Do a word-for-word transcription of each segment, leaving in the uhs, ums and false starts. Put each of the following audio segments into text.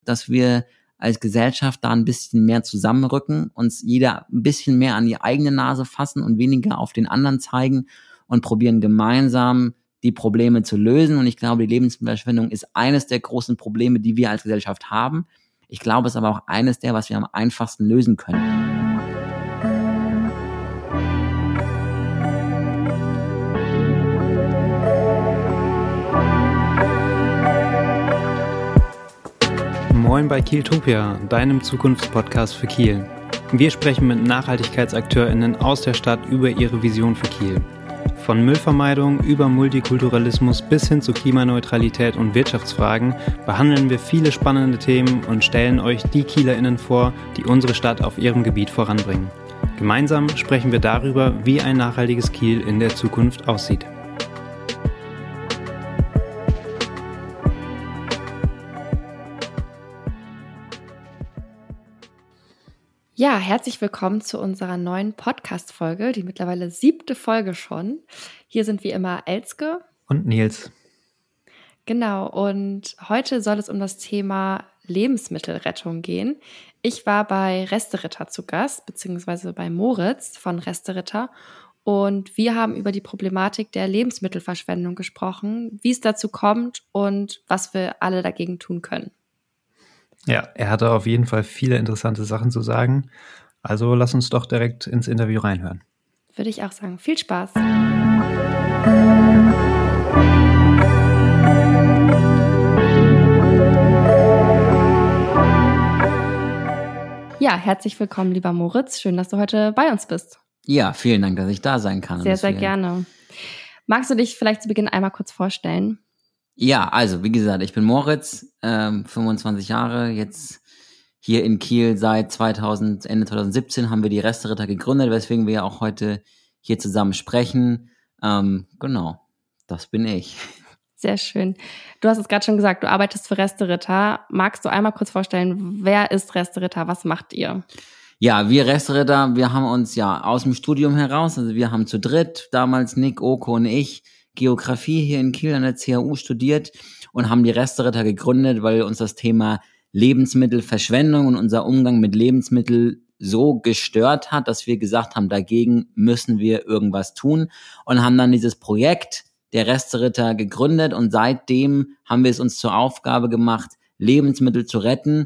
dass wir als Gesellschaft da ein bisschen mehr zusammenrücken, uns jeder ein bisschen mehr an die eigene Nase fassen und weniger auf den anderen zeigen und probieren gemeinsam die Probleme zu lösen. Und ich glaube, die Lebensmittelverschwendung ist eines der großen Probleme, die wir als Gesellschaft haben. Ich glaube, es ist aber auch eines der, was wir am einfachsten lösen können. Moin bei Kieltopia, deinem Zukunftspodcast für Kiel. Wir sprechen mit NachhaltigkeitsakteurInnen aus der Stadt über ihre Vision für Kiel. Von Müllvermeidung über Multikulturalismus bis hin zu Klimaneutralität und Wirtschaftsfragen behandeln wir viele spannende Themen und stellen euch die KielerInnen vor, die unsere Stadt auf ihrem Gebiet voranbringen. Gemeinsam sprechen wir darüber, wie ein nachhaltiges Kiel in der Zukunft aussieht. Ja, herzlich willkommen zu unserer neuen Podcast-Folge, die mittlerweile siebte Folge schon. Hier sind wie immer Elske und Nils. Genau, und heute soll es um das Thema Lebensmittelrettung gehen. Ich war bei Reste-Ritter zu Gast, beziehungsweise bei Moritz von Reste-Ritter. Und wir haben über die Problematik der Lebensmittelverschwendung gesprochen, wie es dazu kommt und was wir alle dagegen tun können. Ja, er hatte auf jeden Fall viele interessante Sachen zu sagen. Also lass uns doch direkt ins Interview reinhören. Würde ich auch sagen. Viel Spaß. Ja, herzlich willkommen, lieber Moritz. Schön, dass du heute bei uns bist. Ja, vielen Dank, dass ich da sein kann. Sehr, sehr gerne. Magst du dich vielleicht zu Beginn einmal kurz vorstellen? Ja, also wie gesagt, ich bin Moritz, ähm, fünfundzwanzig Jahre, jetzt hier in Kiel seit zweitausend, Ende zwanzig siebzehn haben wir die Reste-Ritter gegründet, weswegen wir ja auch heute hier zusammen sprechen. Ähm, genau, das bin ich. Sehr schön. Du hast es gerade schon gesagt, du arbeitest für Reste-Ritter. Magst du einmal kurz vorstellen, wer ist Reste-Ritter, was macht ihr? Ja, wir Reste-Ritter, wir haben uns ja aus dem Studium heraus, also wir haben zu dritt, damals Nick, Oko und ich, Geografie hier in Kiel an der C H U studiert und haben die Reste-Ritter gegründet, weil uns das Thema Lebensmittelverschwendung und unser Umgang mit Lebensmitteln so gestört hat, dass wir gesagt haben, dagegen müssen wir irgendwas tun und haben dann dieses Projekt der Reste-Ritter gegründet und seitdem haben wir es uns zur Aufgabe gemacht, Lebensmittel zu retten,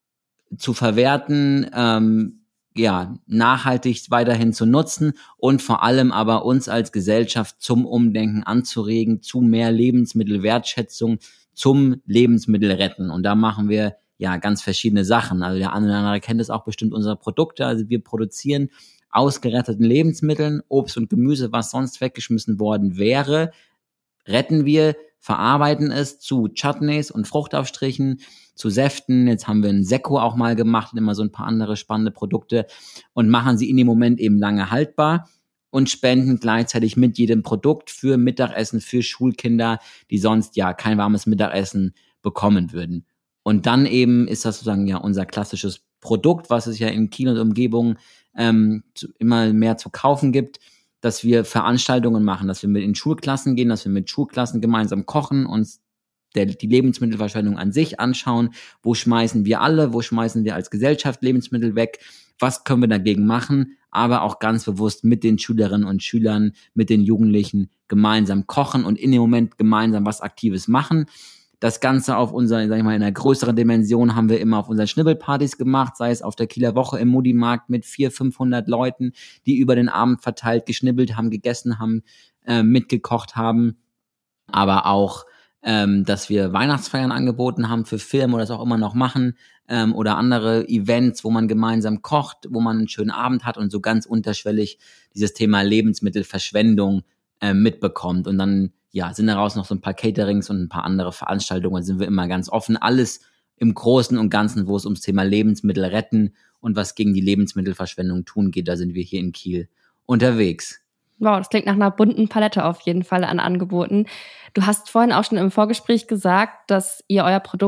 zu verwerten, ähm, ja, nachhaltig weiterhin zu nutzen und vor allem aber uns als Gesellschaft zum Umdenken anzuregen, zu mehr Lebensmittelwertschätzung, zum Lebensmittelretten. Und da machen wir ja ganz verschiedene Sachen. Also der eine oder andere kennt es auch bestimmt unsere Produkte. Also wir produzieren aus geretteten Lebensmitteln, Obst und Gemüse, was sonst weggeschmissen worden wäre, retten wir, verarbeiten es zu Chutneys und Fruchtaufstrichen, zu Säften. Jetzt haben wir ein Sekko auch mal gemacht und immer so ein paar andere spannende Produkte und machen sie in dem Moment eben lange haltbar und spenden gleichzeitig mit jedem Produkt für Mittagessen für Schulkinder, die sonst ja kein warmes Mittagessen bekommen würden. Und dann eben ist das sozusagen ja unser klassisches Produkt, was es ja in Kiel und Umgebung ähm, immer mehr zu kaufen gibt, dass wir Veranstaltungen machen, dass wir mit in Schulklassen gehen, dass wir mit Schulklassen gemeinsam kochen, uns der, die Lebensmittelverschwendung an sich anschauen. Wo schmeißen wir alle, wo schmeißen wir als Gesellschaft Lebensmittel weg? Was können wir dagegen machen? Aber auch ganz bewusst mit den Schülerinnen und Schülern, mit den Jugendlichen gemeinsam kochen und in dem Moment gemeinsam was Aktives machen. Das Ganze auf unserer, sag ich mal, in einer größeren Dimension haben wir immer auf unseren Schnibbelpartys gemacht, sei es auf der Kieler Woche im Mudimarkt mit vierhundert, fünfhundert Leuten, die über den Abend verteilt geschnibbelt haben, gegessen haben, äh, mitgekocht haben. Aber auch, ähm, dass wir Weihnachtsfeiern angeboten haben für Firmen oder das auch immer noch machen, ähm, oder andere Events, wo man gemeinsam kocht, wo man einen schönen Abend hat und so ganz unterschwellig dieses Thema Lebensmittelverschwendung äh, mitbekommt. Und dann ja, sind daraus noch so ein paar Caterings und ein paar andere Veranstaltungen, sind wir immer ganz offen. Alles im Großen und Ganzen, wo es ums Thema Lebensmittel retten und was gegen die Lebensmittelverschwendung tun geht, da sind wir hier in Kiel unterwegs. Wow, das klingt nach einer bunten Palette auf jeden Fall an Angeboten. Du hast vorhin auch schon im Vorgespräch gesagt, dass ihr euer Produkt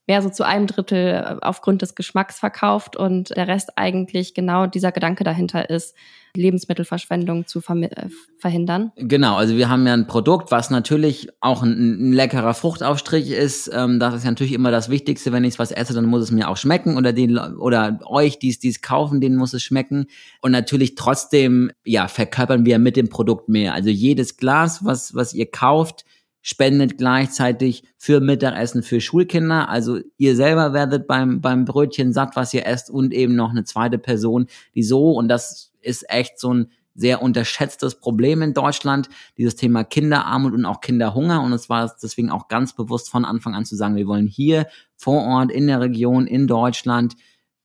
mehr so zu einem Drittel aufgrund des Geschmacks verkauft und der Rest eigentlich genau dieser Gedanke dahinter ist, Lebensmittelverschwendung zu vermi- verhindern. Genau, also wir haben ja ein Produkt, was natürlich auch ein, ein leckerer Fruchtaufstrich ist. Ähm, das ist ja natürlich immer das Wichtigste. Wenn ich was esse, dann muss es mir auch schmecken oder den oder euch, die es kaufen, denen muss es schmecken. Und natürlich trotzdem, ja, verkörpern wir mit dem Produkt mehr. Also jedes Glas, was was ihr kauft, spendet gleichzeitig für Mittagessen für Schulkinder. Also ihr selber werdet beim beim Brötchen satt, was ihr esst, und eben noch eine zweite Person, die so, und das ist echt so ein sehr unterschätztes Problem in Deutschland, dieses Thema Kinderarmut und auch Kinderhunger. Und es war deswegen auch ganz bewusst von Anfang an zu sagen, wir wollen hier vor Ort in der Region, in Deutschland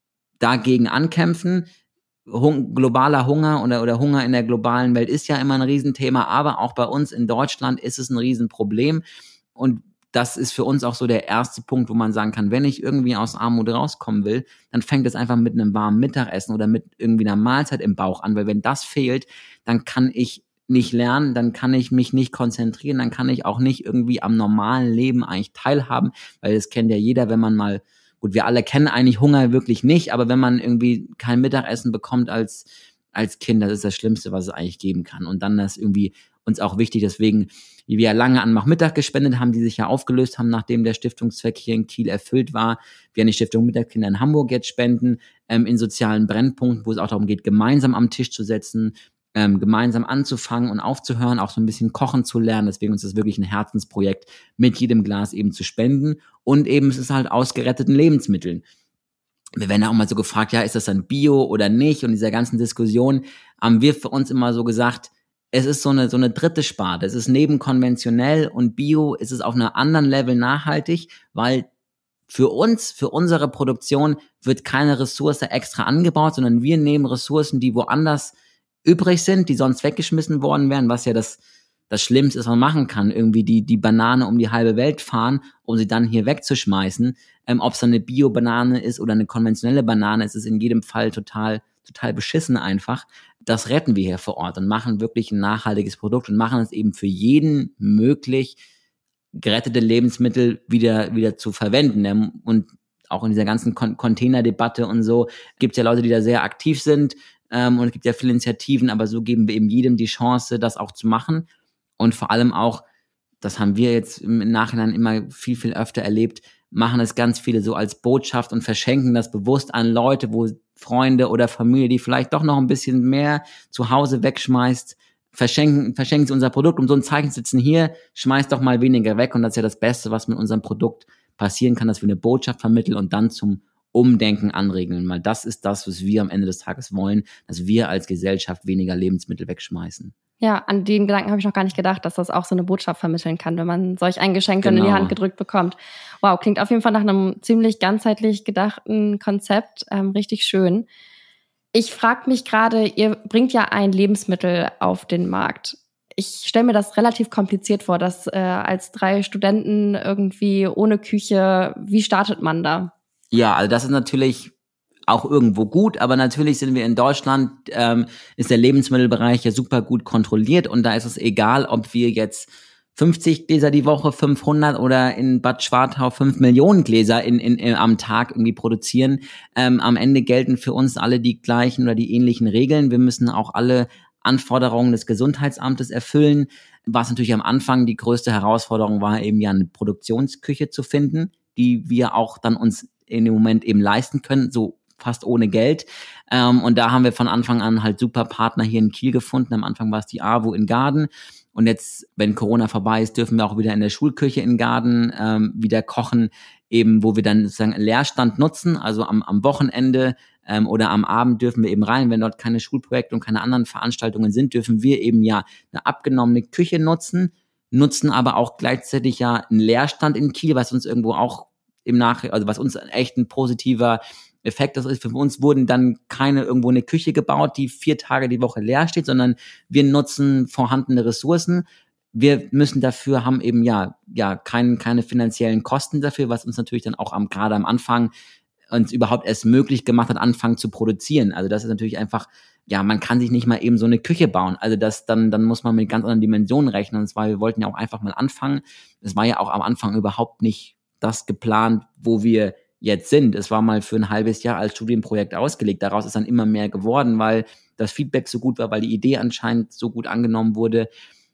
dagegen ankämpfen. Hung- globaler Hunger oder, oder Hunger in der globalen Welt ist ja immer ein Riesenthema, aber auch bei uns in Deutschland ist es ein Riesenproblem. Und das ist für uns auch so der erste Punkt, wo man sagen kann, wenn ich irgendwie aus Armut rauskommen will, dann fängt es einfach mit einem warmen Mittagessen oder mit irgendwie einer Mahlzeit im Bauch an, weil wenn das fehlt, dann kann ich nicht lernen, dann kann ich mich nicht konzentrieren, dann kann ich auch nicht irgendwie am normalen Leben eigentlich teilhaben, weil das kennt ja jeder, wenn man mal, gut, wir alle kennen eigentlich Hunger wirklich nicht, aber wenn man irgendwie kein Mittagessen bekommt als als Kind, das ist das Schlimmste, was es eigentlich geben kann. Und dann das irgendwie uns auch wichtig, deswegen, wie wir ja lange an Mach-Mittag gespendet haben, die sich ja aufgelöst haben, nachdem der Stiftungszweck hier in Kiel erfüllt war. Wir an die Stiftung Mittagskinder in Hamburg jetzt spenden, ähm, in sozialen Brennpunkten, wo es auch darum geht, gemeinsam am Tisch zu setzen, ähm, gemeinsam anzufangen und aufzuhören, auch so ein bisschen kochen zu lernen. Deswegen ist es wirklich ein Herzensprojekt, mit jedem Glas eben zu spenden. Und eben, es ist halt aus geretteten Lebensmitteln. Wir werden ja auch mal so gefragt, ja, ist das dann Bio oder nicht? Und in dieser ganzen Diskussion haben wir für uns immer so gesagt, es ist so eine so eine dritte Sparte. Es ist neben konventionell und Bio, ist es auf einer anderen Level nachhaltig, weil für uns, für unsere Produktion wird keine Ressource extra angebaut, sondern wir nehmen Ressourcen, die woanders übrig sind, die sonst weggeschmissen worden wären, was ja das das Schlimmste ist, was man machen kann, irgendwie die die Banane um die halbe Welt fahren, um sie dann hier wegzuschmeißen. Ähm, ob es dann eine Bio-Banane ist oder eine konventionelle Banane, ist es in jedem Fall total total beschissen einfach. Das retten wir hier vor Ort und machen wirklich ein nachhaltiges Produkt und machen es eben für jeden möglich, gerettete Lebensmittel wieder wieder zu verwenden. Und auch in dieser ganzen Con- Containerdebatte und so gibt es ja Leute, die da sehr aktiv sind, ähm, und es gibt ja viele Initiativen, aber so geben wir eben jedem die Chance, das auch zu machen. Und vor allem auch, das haben wir jetzt im Nachhinein immer viel, viel öfter erlebt, machen es ganz viele so als Botschaft und verschenken das bewusst an Leute, wo Freunde oder Familie, die vielleicht doch noch ein bisschen mehr zu Hause wegschmeißt, verschenken, verschenken sie unser Produkt, um so ein Zeichen zu setzen, hier, schmeißt doch mal weniger weg. Und das ist ja das Beste, was mit unserem Produkt passieren kann, dass wir eine Botschaft vermitteln und dann zum Umdenken anregeln. Weil das ist das, was wir am Ende des Tages wollen, dass wir als Gesellschaft weniger Lebensmittel wegschmeißen. Ja, an den Gedanken habe ich noch gar nicht gedacht, dass das auch so eine Botschaft vermitteln kann, wenn man solch ein Geschenk dann genau in die Hand gedrückt bekommt. Wow, klingt auf jeden Fall nach einem ziemlich ganzheitlich gedachten Konzept, ähm, richtig schön. Ich frage mich gerade, ihr bringt ja ein Lebensmittel auf den Markt. Ich stelle mir das relativ kompliziert vor, dass äh, als drei Studenten irgendwie ohne Küche, wie startet man da? Ja, also das ist natürlich auch irgendwo gut, aber natürlich sind wir in Deutschland, ähm, ist der Lebensmittelbereich ja super gut kontrolliert und da ist es egal, ob wir jetzt fünfzig Gläser die Woche, fünfhundert oder in Bad Schwartau fünf Millionen Gläser in, in, in, am Tag irgendwie produzieren. Ähm, am Ende gelten für uns alle die gleichen oder die ähnlichen Regeln. Wir müssen auch alle Anforderungen des Gesundheitsamtes erfüllen, was natürlich am Anfang die größte Herausforderung war, eben ja eine Produktionsküche zu finden, die wir auch dann uns in dem Moment eben leisten können, so fast ohne Geld. Ähm, und da haben wir von Anfang an halt super Partner hier in Kiel gefunden. Am Anfang war es die A W O in Gaden. Und jetzt, wenn Corona vorbei ist, dürfen wir auch wieder in der Schulküche in Gaden ähm, wieder kochen, eben wo wir dann sozusagen einen Leerstand nutzen. Also am, am Wochenende ähm, oder am Abend dürfen wir eben rein. Wenn dort keine Schulprojekte und keine anderen Veranstaltungen sind, dürfen wir eben ja eine abgenommene Küche nutzen, nutzen aber auch gleichzeitig ja einen Leerstand in Kiel, was uns irgendwo auch im Nachhinein, also was uns echt ein positiver Effekt das ist. Für uns wurden dann keine irgendwo eine Küche gebaut, die vier Tage die Woche leer steht, sondern wir nutzen vorhandene Ressourcen. Wir müssen dafür, haben eben ja ja kein, keine finanziellen Kosten dafür, was uns natürlich dann auch am gerade am Anfang uns überhaupt erst möglich gemacht hat, anfangen zu produzieren. Also das ist natürlich einfach, ja, man kann sich nicht mal eben so eine Küche bauen. Also das dann dann muss man mit ganz anderen Dimensionen rechnen. Und zwar, wir wollten ja auch einfach mal anfangen. Es war ja auch am Anfang überhaupt nicht das geplant, wo wir jetzt sind. Es war mal für ein halbes Jahr als Studienprojekt ausgelegt. Daraus ist dann immer mehr geworden, weil das Feedback so gut war, weil die Idee anscheinend so gut angenommen wurde.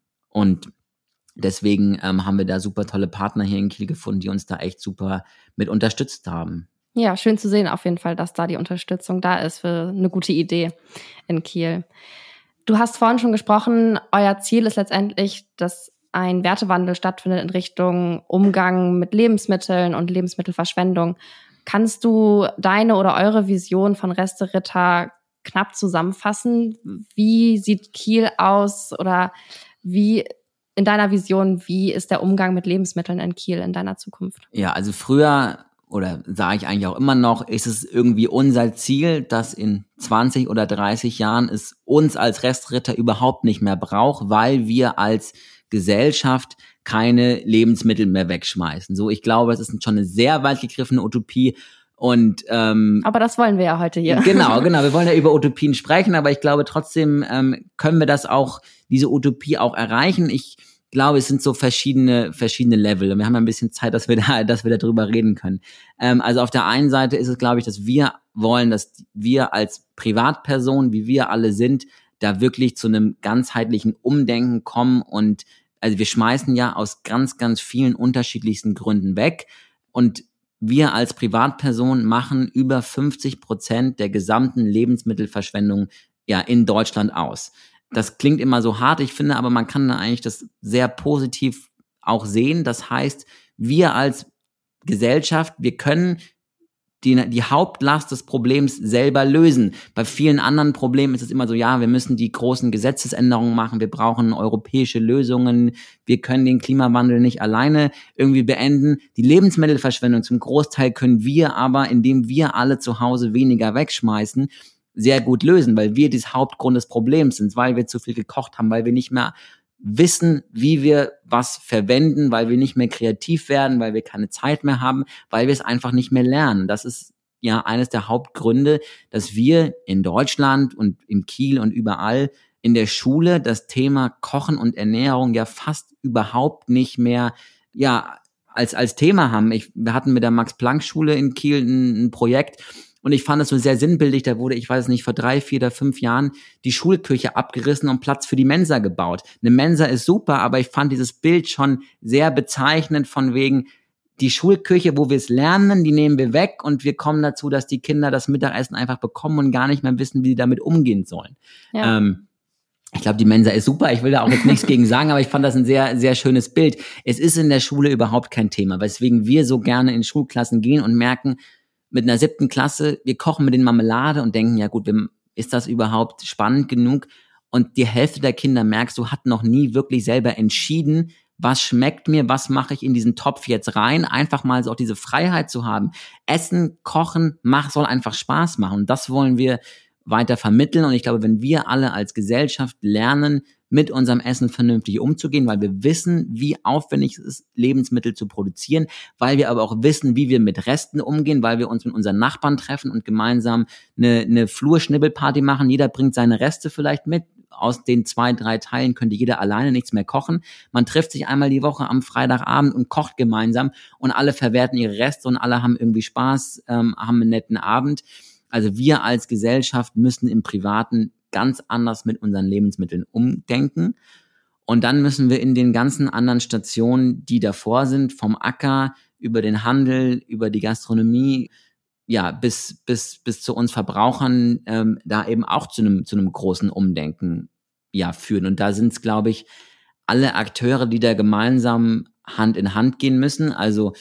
Und deswegen ähm, haben wir da super tolle Partner hier in Kiel gefunden, die uns da echt super mit unterstützt haben. Ja, schön zu sehen auf jeden Fall, dass da die Unterstützung da ist für eine gute Idee in Kiel. Du hast vorhin schon gesprochen, euer Ziel ist letztendlich, dass ein Wertewandel stattfindet in Richtung Umgang mit Lebensmitteln und Lebensmittelverschwendung. Kannst du deine oder eure Vision von Reste-Ritter knapp zusammenfassen? Wie sieht Kiel aus oder wie in deiner Vision, wie ist der Umgang mit Lebensmitteln in Kiel in deiner Zukunft? Ja, also früher, oder sage ich eigentlich auch immer noch, ist es irgendwie unser Ziel, dass in zwanzig oder dreißig Jahren es uns als Reste-Ritter überhaupt nicht mehr braucht, weil wir als Gesellschaft keine Lebensmittel mehr wegschmeißen. So, ich glaube, es ist schon eine sehr weit gegriffene Utopie. Und ähm, aber das wollen wir ja heute hier. Genau, genau. Wir wollen ja über Utopien sprechen, aber ich glaube trotzdem ähm, können wir das auch, diese Utopie auch erreichen. Ich glaube, es sind so verschiedene verschiedene Level und wir haben ein bisschen Zeit, dass wir da, dass wir darüber reden können. Ähm, also auf der einen Seite ist es, glaube ich, dass wir wollen, dass wir als Privatperson, wie wir alle sind, da wirklich zu einem ganzheitlichen Umdenken kommen und also wir schmeißen ja aus ganz, ganz vielen unterschiedlichsten Gründen weg und wir als Privatperson machen über fünfzig Prozent der gesamten Lebensmittelverschwendung ja in Deutschland aus. Das klingt immer so hart, ich finde, aber man kann da eigentlich das sehr positiv auch sehen. Das heißt, wir als Gesellschaft, wir können die, die Hauptlast des Problems selber lösen. Bei vielen anderen Problemen ist es immer so, ja, wir müssen die großen Gesetzesänderungen machen, wir brauchen europäische Lösungen, wir können den Klimawandel nicht alleine irgendwie beenden. Die Lebensmittelverschwendung zum Großteil können wir aber, indem wir alle zu Hause weniger wegschmeißen, sehr gut lösen, weil wir das Hauptgrund des Problems sind, weil wir zu viel gekocht haben, weil wir nicht mehr wissen, wie wir was verwenden, weil wir nicht mehr kreativ werden, weil wir keine Zeit mehr haben, weil wir es einfach nicht mehr lernen. Das ist ja eines der Hauptgründe, dass wir in Deutschland und in Kiel und überall in der Schule das Thema Kochen und Ernährung ja fast überhaupt nicht mehr ja als als Thema haben. Ich, wir hatten mit der Max-Planck-Schule in Kiel ein, ein Projekt. Und ich fand es so sehr sinnbildlich, da wurde, ich weiß nicht, vor drei, vier oder fünf Jahren die Schulküche abgerissen und Platz für die Mensa gebaut. Eine Mensa ist super, aber ich fand dieses Bild schon sehr bezeichnend von wegen, die Schulküche, wo wir es lernen, die nehmen wir weg und wir kommen dazu, dass die Kinder das Mittagessen einfach bekommen und gar nicht mehr wissen, wie sie damit umgehen sollen. Ja. Ähm, ich glaube, die Mensa ist super, ich will da auch jetzt nichts gegen sagen, aber ich fand das ein sehr, sehr schönes Bild. Es ist in der Schule überhaupt kein Thema, weswegen wir so gerne in Schulklassen gehen und merken, mit einer siebten Klasse, wir kochen mit den Marmelade und denken, ja gut, ist das überhaupt spannend genug? Und die Hälfte der Kinder, merkst du, hat noch nie wirklich selber entschieden, was schmeckt mir, was mache ich in diesen Topf jetzt rein? Einfach mal so auch diese Freiheit zu haben. Essen, kochen, mach, soll einfach Spaß machen. Und das wollen wir weiter vermitteln. Und ich glaube, wenn wir alle als Gesellschaft lernen, mit unserem Essen vernünftig umzugehen, weil wir wissen, wie aufwendig es ist, Lebensmittel zu produzieren, weil wir aber auch wissen, wie wir mit Resten umgehen, weil wir uns mit unseren Nachbarn treffen und gemeinsam eine, eine Flurschnibbelparty machen. Jeder bringt seine Reste vielleicht mit. Aus den zwei, drei Teilen könnte jeder alleine nichts mehr kochen. Man trifft sich einmal die Woche am Freitagabend und kocht gemeinsam und alle verwerten ihre Reste und alle haben irgendwie Spaß, ähm, haben einen netten Abend. Also wir als Gesellschaft müssen im Privaten ganz anders mit unseren Lebensmitteln umdenken. Und dann müssen wir in den ganzen anderen Stationen, die davor sind, vom Acker über den Handel, über die Gastronomie, ja, bis, bis, bis zu uns Verbrauchern, ähm, da eben auch zu einem, zu einem großen Umdenken, ja, führen. Und da sind es, glaube ich, alle Akteure, die da gemeinsam Hand in Hand gehen müssen. Also,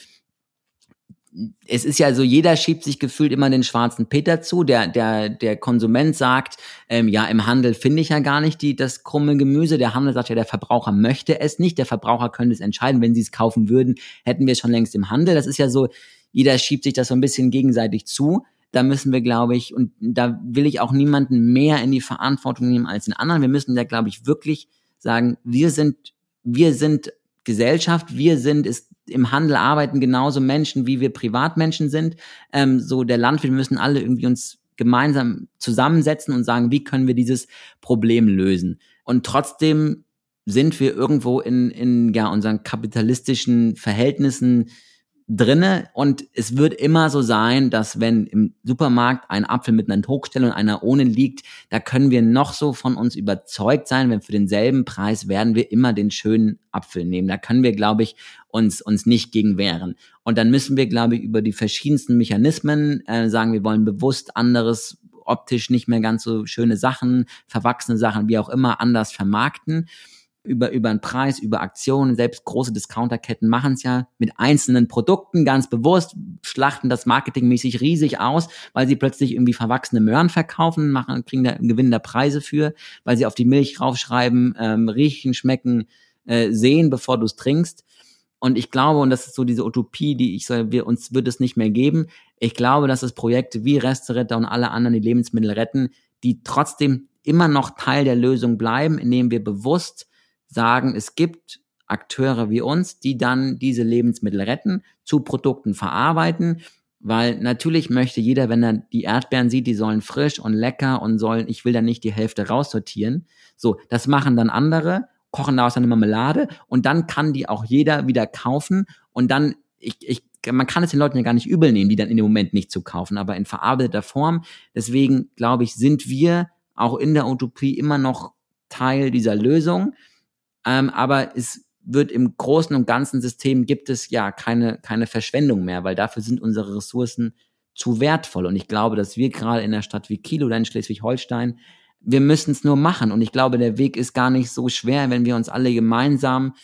es ist ja so, jeder schiebt sich gefühlt immer den schwarzen Peter zu. Der der der Konsument sagt, ähm, ja, im Handel finde ich ja gar nicht die das krumme Gemüse. Der Handel sagt ja, der Verbraucher möchte es nicht. Der Verbraucher könnte es entscheiden. Wenn sie es kaufen würden, hätten wir es schon längst im Handel. Das ist ja so, jeder schiebt sich das so ein bisschen gegenseitig zu. Da müssen wir, glaube ich, und da will ich auch niemanden mehr in die Verantwortung nehmen als den anderen. Wir müssen da, glaube ich, wirklich sagen, wir sind wir sind Gesellschaft, wir sind ist im Handel arbeiten genauso Menschen, wie wir Privatmenschen sind. Ähm, so der Landwirt, wir müssen alle irgendwie uns gemeinsam zusammensetzen und sagen, wie können wir dieses Problem lösen? Und trotzdem sind wir irgendwo in in ja unseren kapitalistischen Verhältnissen drinne und es wird immer so sein, dass wenn im Supermarkt ein Apfel mit einer Druckstelle und einer ohne liegt, da können wir noch so von uns überzeugt sein, wenn für denselben Preis werden wir immer den schönen Apfel nehmen. Da können wir, glaube ich, uns uns nicht gegen wehren. Und dann müssen wir, glaube ich, über die verschiedensten Mechanismen äh, sagen, wir wollen bewusst anderes, optisch nicht mehr ganz so schöne Sachen, verwachsene Sachen, wie auch immer, anders vermarkten. Über, über einen Preis, über Aktionen, selbst große Discounterketten machen es ja mit einzelnen Produkten ganz bewusst, schlachten das marketingmäßig riesig aus, weil sie plötzlich irgendwie verwachsene Möhren verkaufen, machen, kriegen da Gewinn der Preise für, weil sie auf die Milch raufschreiben, ähm, riechen, schmecken, äh, sehen, bevor du es trinkst. Und ich glaube, und das ist so diese Utopie, die ich so, wir uns wird es nicht mehr geben. Ich glaube, dass es Projekte wie Resteretter und alle anderen, die Lebensmittel retten, die trotzdem immer noch Teil der Lösung bleiben, indem wir bewusst sagen, es gibt Akteure wie uns, die dann diese Lebensmittel retten, zu Produkten verarbeiten, weil natürlich möchte jeder, wenn er die Erdbeeren sieht, die sollen frisch und lecker und sollen, ich will da nicht die Hälfte raussortieren. So, das machen dann andere, kochen daraus eine Marmelade und dann kann die auch jeder wieder kaufen und dann, ich, ich, man kann es den Leuten ja gar nicht übel nehmen, die dann in dem Moment nicht zu kaufen, aber in verarbeiteter Form. Deswegen, glaube ich, sind wir auch in der Utopie immer noch Teil dieser Lösung. Ähm, aber es wird im großen und ganzen System gibt es ja keine, keine Verschwendung mehr, weil dafür sind unsere Ressourcen zu wertvoll. Und ich glaube, dass wir gerade in einer Stadt wie Kiel oder in Schleswig-Holstein, wir müssen es nur machen. Und ich glaube, der Weg ist gar nicht so schwer, wenn wir uns alle gemeinsam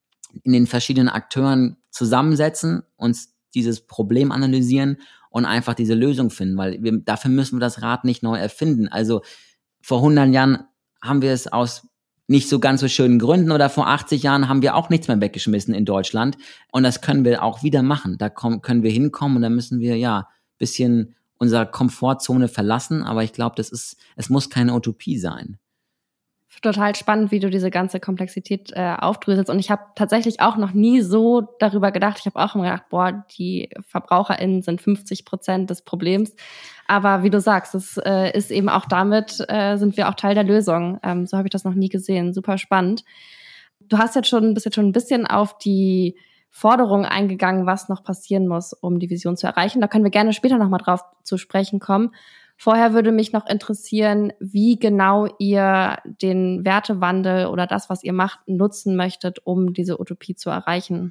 in den verschiedenen Akteuren zusammensetzen, uns dieses Problem analysieren und einfach diese Lösung finden, weil wir, dafür müssen wir das Rad nicht neu erfinden. Also vor hundert Jahren haben wir es aus nicht so ganz so schönen Gründen oder vor achtzig Jahren haben wir auch nichts mehr weggeschmissen in Deutschland und das können wir auch wieder machen. Da kommen, können wir hinkommen und da müssen wir ja ein bisschen unsere Komfortzone verlassen, aber ich glaube, das ist, es muss keine Utopie sein. Total spannend, wie du diese ganze Komplexität äh, aufdröselst. Und ich habe tatsächlich auch noch nie so darüber gedacht. Ich habe auch immer gedacht, boah, die VerbraucherInnen sind fünfzig Prozent des Problems. Aber wie du sagst, es äh, ist eben auch damit, äh, sind wir auch Teil der Lösung. Ähm, so habe ich das noch nie gesehen. Super spannend. Du hast jetzt schon, bist jetzt schon ein bisschen auf die Forderungen eingegangen, was noch passieren muss, um die Vision zu erreichen. Da können wir gerne später nochmal drauf zu sprechen kommen. Vorher würde mich noch interessieren, wie genau ihr den Wertewandel oder das, was ihr macht, nutzen möchtet, um diese Utopie zu erreichen.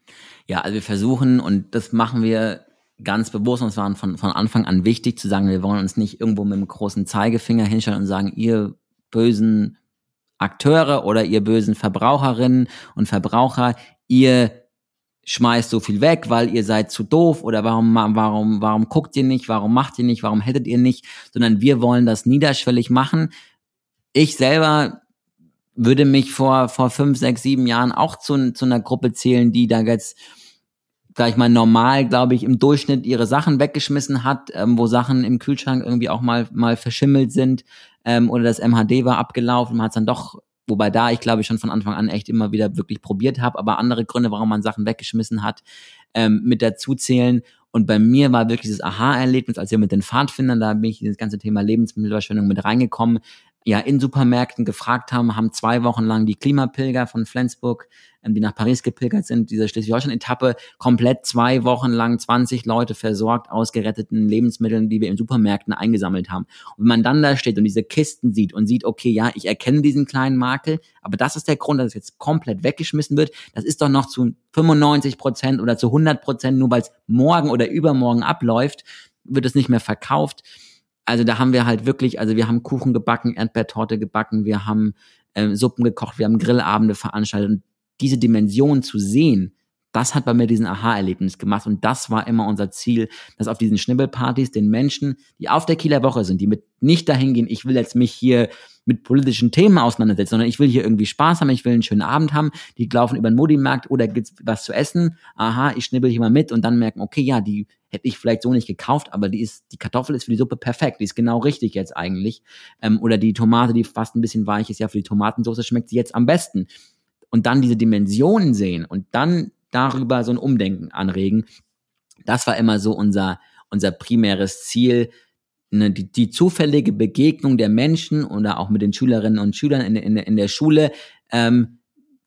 Ja, also wir versuchen, und das machen wir ganz bewusst, und es war von, von Anfang an wichtig zu sagen, wir wollen uns nicht irgendwo mit einem großen Zeigefinger hinstellen und sagen, ihr bösen Akteure oder ihr bösen Verbraucherinnen und Verbraucher, ihr schmeißt so viel weg, weil ihr seid zu doof oder warum, warum, warum guckt ihr nicht, warum macht ihr nicht, warum hättet ihr nicht, sondern wir wollen das niederschwellig machen. Ich selber würde mich vor, vor fünf, sechs, sieben Jahren auch zu, zu einer Gruppe zählen, die da jetzt, sag ich mal, normal, glaube ich, im Durchschnitt ihre Sachen weggeschmissen hat, ähm, wo Sachen im Kühlschrank irgendwie auch mal, mal verschimmelt sind, ähm, oder das M H D war abgelaufen, man hat es dann doch. Wobei da ich, glaube ich, schon von Anfang an echt immer wieder wirklich probiert habe, aber andere Gründe, warum man Sachen weggeschmissen hat, ähm, mit dazu zählen. Und bei mir war wirklich das Aha-Erlebnis, als wir mit den Pfadfindern, da bin ich in das ganze Thema Lebensmittelverschwendung mit reingekommen, ja, in Supermärkten gefragt haben, haben zwei Wochen lang die Klimapilger von Flensburg, ähm, die nach Paris gepilgert sind, diese Schleswig-Holstein-Etappe, komplett zwei Wochen lang zwanzig Leute versorgt aus geretteten Lebensmitteln, die wir in Supermärkten eingesammelt haben. Und wenn man dann da steht und diese Kisten sieht und sieht, okay, ja, ich erkenne diesen kleinen Makel, aber das ist der Grund, dass es jetzt komplett weggeschmissen wird, das ist doch noch zu fünfundneunzig Prozent oder zu hundert Prozent, nur weil es morgen oder übermorgen abläuft, wird es nicht mehr verkauft. Also da haben wir halt wirklich, also wir haben Kuchen gebacken, Erdbeertorte gebacken, wir haben äh, Suppen gekocht, wir haben Grillabende veranstaltet. Und diese Dimension zu sehen, das hat bei mir diesen Aha-Erlebnis gemacht. Und das war immer unser Ziel, dass auf diesen Schnibbelpartys den Menschen, die auf der Kieler Woche sind, die mit nicht dahin gehen, ich will jetzt mich hier mit politischen Themen auseinandersetzen, sondern ich will hier irgendwie Spaß haben, ich will einen schönen Abend haben, die laufen über den Modimarkt oder gibt's was zu essen, aha, ich schnibbel hier mal mit und dann merken, okay, ja, die hätte ich vielleicht so nicht gekauft, aber die ist, die Kartoffel ist für die Suppe perfekt, die ist genau richtig jetzt eigentlich, ähm, oder die Tomate, die fast ein bisschen weich ist, ja, für die Tomatensauce schmeckt sie jetzt am besten. Und dann diese Dimensionen sehen und dann darüber so ein Umdenken anregen, das war immer so unser, unser primäres Ziel, ne, die, die zufällige Begegnung der Menschen oder auch mit den Schülerinnen und Schülern in, in, in der Schule, ähm,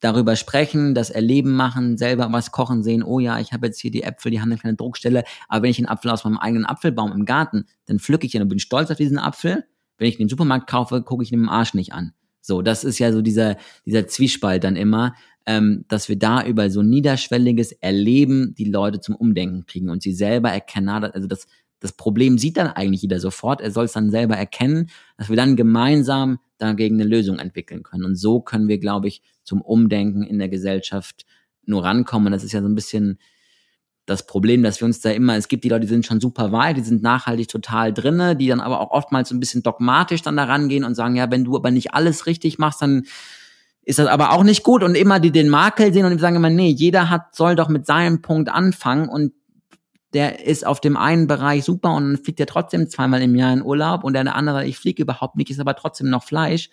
darüber sprechen, das Erleben machen, selber was kochen, sehen, oh ja, ich habe jetzt hier die Äpfel, die haben eine kleine Druckstelle, aber wenn ich einen Apfel aus meinem eigenen Apfelbaum im Garten, dann pflücke ich ihn und bin stolz auf diesen Apfel. Wenn ich ihn im Supermarkt kaufe, gucke ich ihn im Arsch nicht an. So, das ist ja so dieser dieser Zwiespalt dann immer, ähm, dass wir da über so niederschwelliges Erleben die Leute zum Umdenken kriegen und sie selber erkennen, also das das Problem sieht dann eigentlich jeder sofort, er soll es dann selber erkennen, dass wir dann gemeinsam dagegen eine Lösung entwickeln können. Und so können wir, glaube ich, zum Umdenken in der Gesellschaft nur rankommen. Und das ist ja so ein bisschen das Problem, dass wir uns da immer, es gibt die Leute, die sind schon super weit, die sind nachhaltig total drinne, die dann aber auch oftmals so ein bisschen dogmatisch dann da rangehen und sagen, ja, wenn du aber nicht alles richtig machst, dann ist das aber auch nicht gut und immer die den Makel sehen und die sagen immer, nee, jeder hat, soll doch mit seinem Punkt anfangen und der ist auf dem einen Bereich super und dann fliegt er trotzdem zweimal im Jahr in Urlaub und der andere, ich fliege überhaupt nicht, ist aber trotzdem noch Fleisch.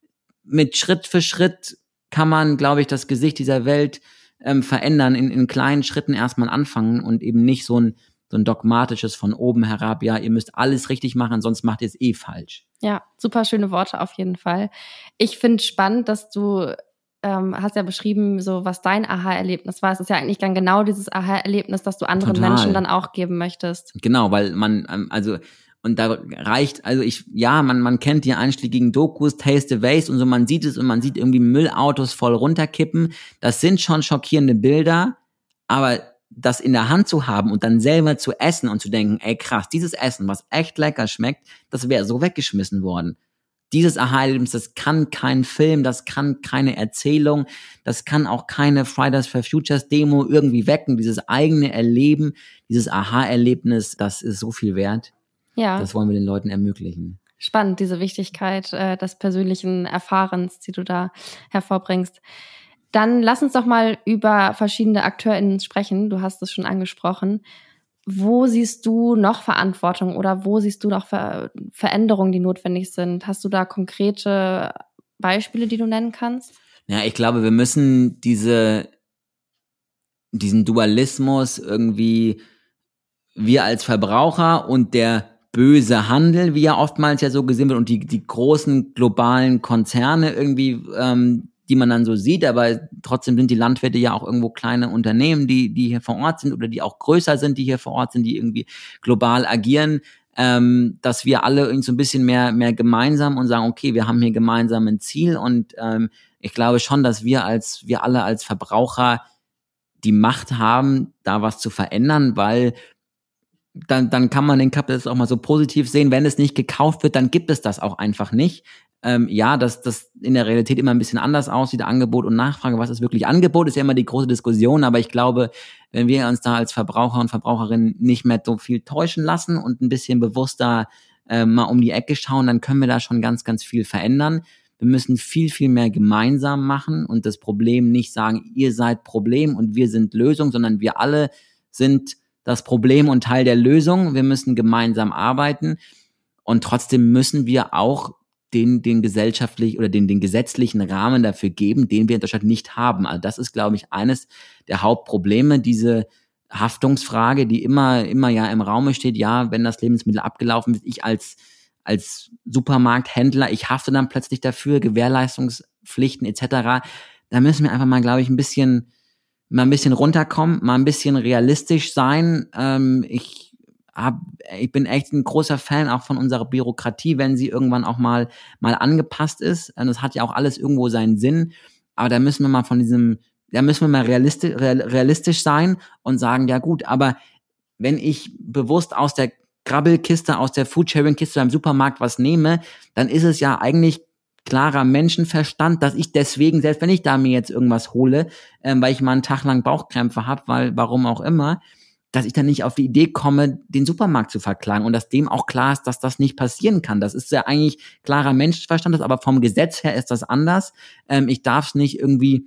Mit Schritt für Schritt kann man, glaube ich, das Gesicht dieser Welt ähm, verändern, in, in kleinen Schritten erstmal anfangen und eben nicht so ein, so ein dogmatisches von oben herab, ja, ihr müsst alles richtig machen, sonst macht ihr es eh falsch. Ja, super schöne Worte auf jeden Fall. Ich finde spannend, dass du ähm, hast ja beschrieben, so was dein Aha-Erlebnis war. Es ist ja eigentlich dann genau dieses Aha-Erlebnis, das du anderen Total. Menschen dann auch geben möchtest. Genau, weil man, ähm, also und da reicht, also ich, ja, man man kennt die einschlägigen Dokus, Taste the Waste und so, man sieht es und man sieht irgendwie Müllautos voll runterkippen. Das sind schon schockierende Bilder, aber das in der Hand zu haben und dann selber zu essen und zu denken, ey krass, dieses Essen, was echt lecker schmeckt, das wäre so weggeschmissen worden. Dieses Aha-Erlebnis, das kann kein Film, das kann keine Erzählung, das kann auch keine Fridays for Futures Demo irgendwie wecken. Dieses eigene Erleben, dieses Aha-Erlebnis, das ist so viel wert. Ja. Das wollen wir den Leuten ermöglichen. Spannend, diese Wichtigkeit äh, des persönlichen Erfahrens, die du da hervorbringst. Dann lass uns doch mal über verschiedene AkteurInnen sprechen. Du hast es schon angesprochen. Wo siehst du noch Verantwortung oder wo siehst du noch Ver- Veränderungen, die notwendig sind? Hast du da konkrete Beispiele, die du nennen kannst? Ja, ich glaube, wir müssen diese, diesen Dualismus irgendwie, wir als Verbraucher und der böse Handel, wie ja oftmals ja so gesehen wird, und die, die großen globalen Konzerne irgendwie, ähm, die man dann so sieht, aber trotzdem sind die Landwirte ja auch irgendwo kleine Unternehmen, die die hier vor Ort sind oder die auch größer sind, die hier vor Ort sind, die irgendwie global agieren, ähm, dass wir alle irgendwie so ein bisschen mehr mehr gemeinsam und sagen, okay, wir haben hier gemeinsam ein Ziel und ähm, ich glaube schon, dass wir als wir alle als Verbraucher die Macht haben, da was zu verändern, weil dann dann kann man den Kapitalismus auch mal so positiv sehen, wenn es nicht gekauft wird, dann gibt es das auch einfach nicht. Ähm, ja, dass das in der Realität immer ein bisschen anders aussieht, Angebot und Nachfrage, was ist wirklich Angebot, ist ja immer die große Diskussion, aber ich glaube, wenn wir uns da als Verbraucher und Verbraucherinnen nicht mehr so viel täuschen lassen und ein bisschen bewusster äh, mal um die Ecke schauen, dann können wir da schon ganz, ganz viel verändern. Wir müssen viel, viel mehr gemeinsam machen und das Problem nicht sagen, ihr seid Problem und wir sind Lösung, sondern wir alle sind das Problem und Teil der Lösung. Wir müssen gemeinsam arbeiten und trotzdem müssen wir auch den den gesellschaftlich oder den den gesetzlichen Rahmen dafür geben, den wir in Deutschland nicht haben. Also das ist, glaube ich, eines der Hauptprobleme, diese Haftungsfrage, die immer immer ja im Raume steht. Ja, wenn das Lebensmittel abgelaufen ist, ich als als Supermarkthändler, ich hafte dann plötzlich dafür, Gewährleistungspflichten et cetera. Da müssen wir einfach mal, glaube ich, ein bisschen mal ein bisschen runterkommen, mal ein bisschen realistisch sein. Ähm, ich Hab, ich bin echt ein großer Fan auch von unserer Bürokratie, wenn sie irgendwann auch mal mal angepasst ist. Und das hat ja auch alles irgendwo seinen Sinn. Aber da müssen wir mal von diesem, da müssen wir mal realistisch, realistisch sein und sagen, ja gut, aber wenn ich bewusst aus der Grabbelkiste, aus der Foodsharing-Kiste beim Supermarkt was nehme, dann ist es ja eigentlich klarer Menschenverstand, dass ich deswegen, selbst wenn ich da mir jetzt irgendwas hole, ähm, weil ich mal einen Tag lang Bauchkrämpfe habe, weil warum auch immer, dass ich dann nicht auf die Idee komme, den Supermarkt zu verklagen und dass dem auch klar ist, dass das nicht passieren kann. Das ist ja eigentlich klarer Menschenverstand, aber vom Gesetz her ist das anders. Ähm, ich darf es nicht irgendwie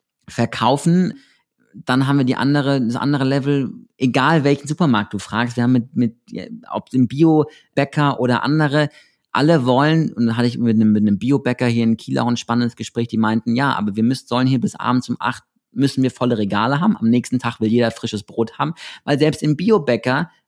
verkaufen. Dann haben wir die andere, das andere Level, egal welchen Supermarkt du fragst. Wir haben mit, mit ob dem Bio-Bäcker oder andere, alle wollen, und da hatte ich mit einem, mit einem Bio-Bäcker hier in Kiel auch ein spannendes Gespräch, die meinten, ja, aber wir müssen, sollen hier bis abends um acht müssen wir volle Regale haben. Am nächsten Tag will jeder frisches Brot haben, weil selbst im Biobäcker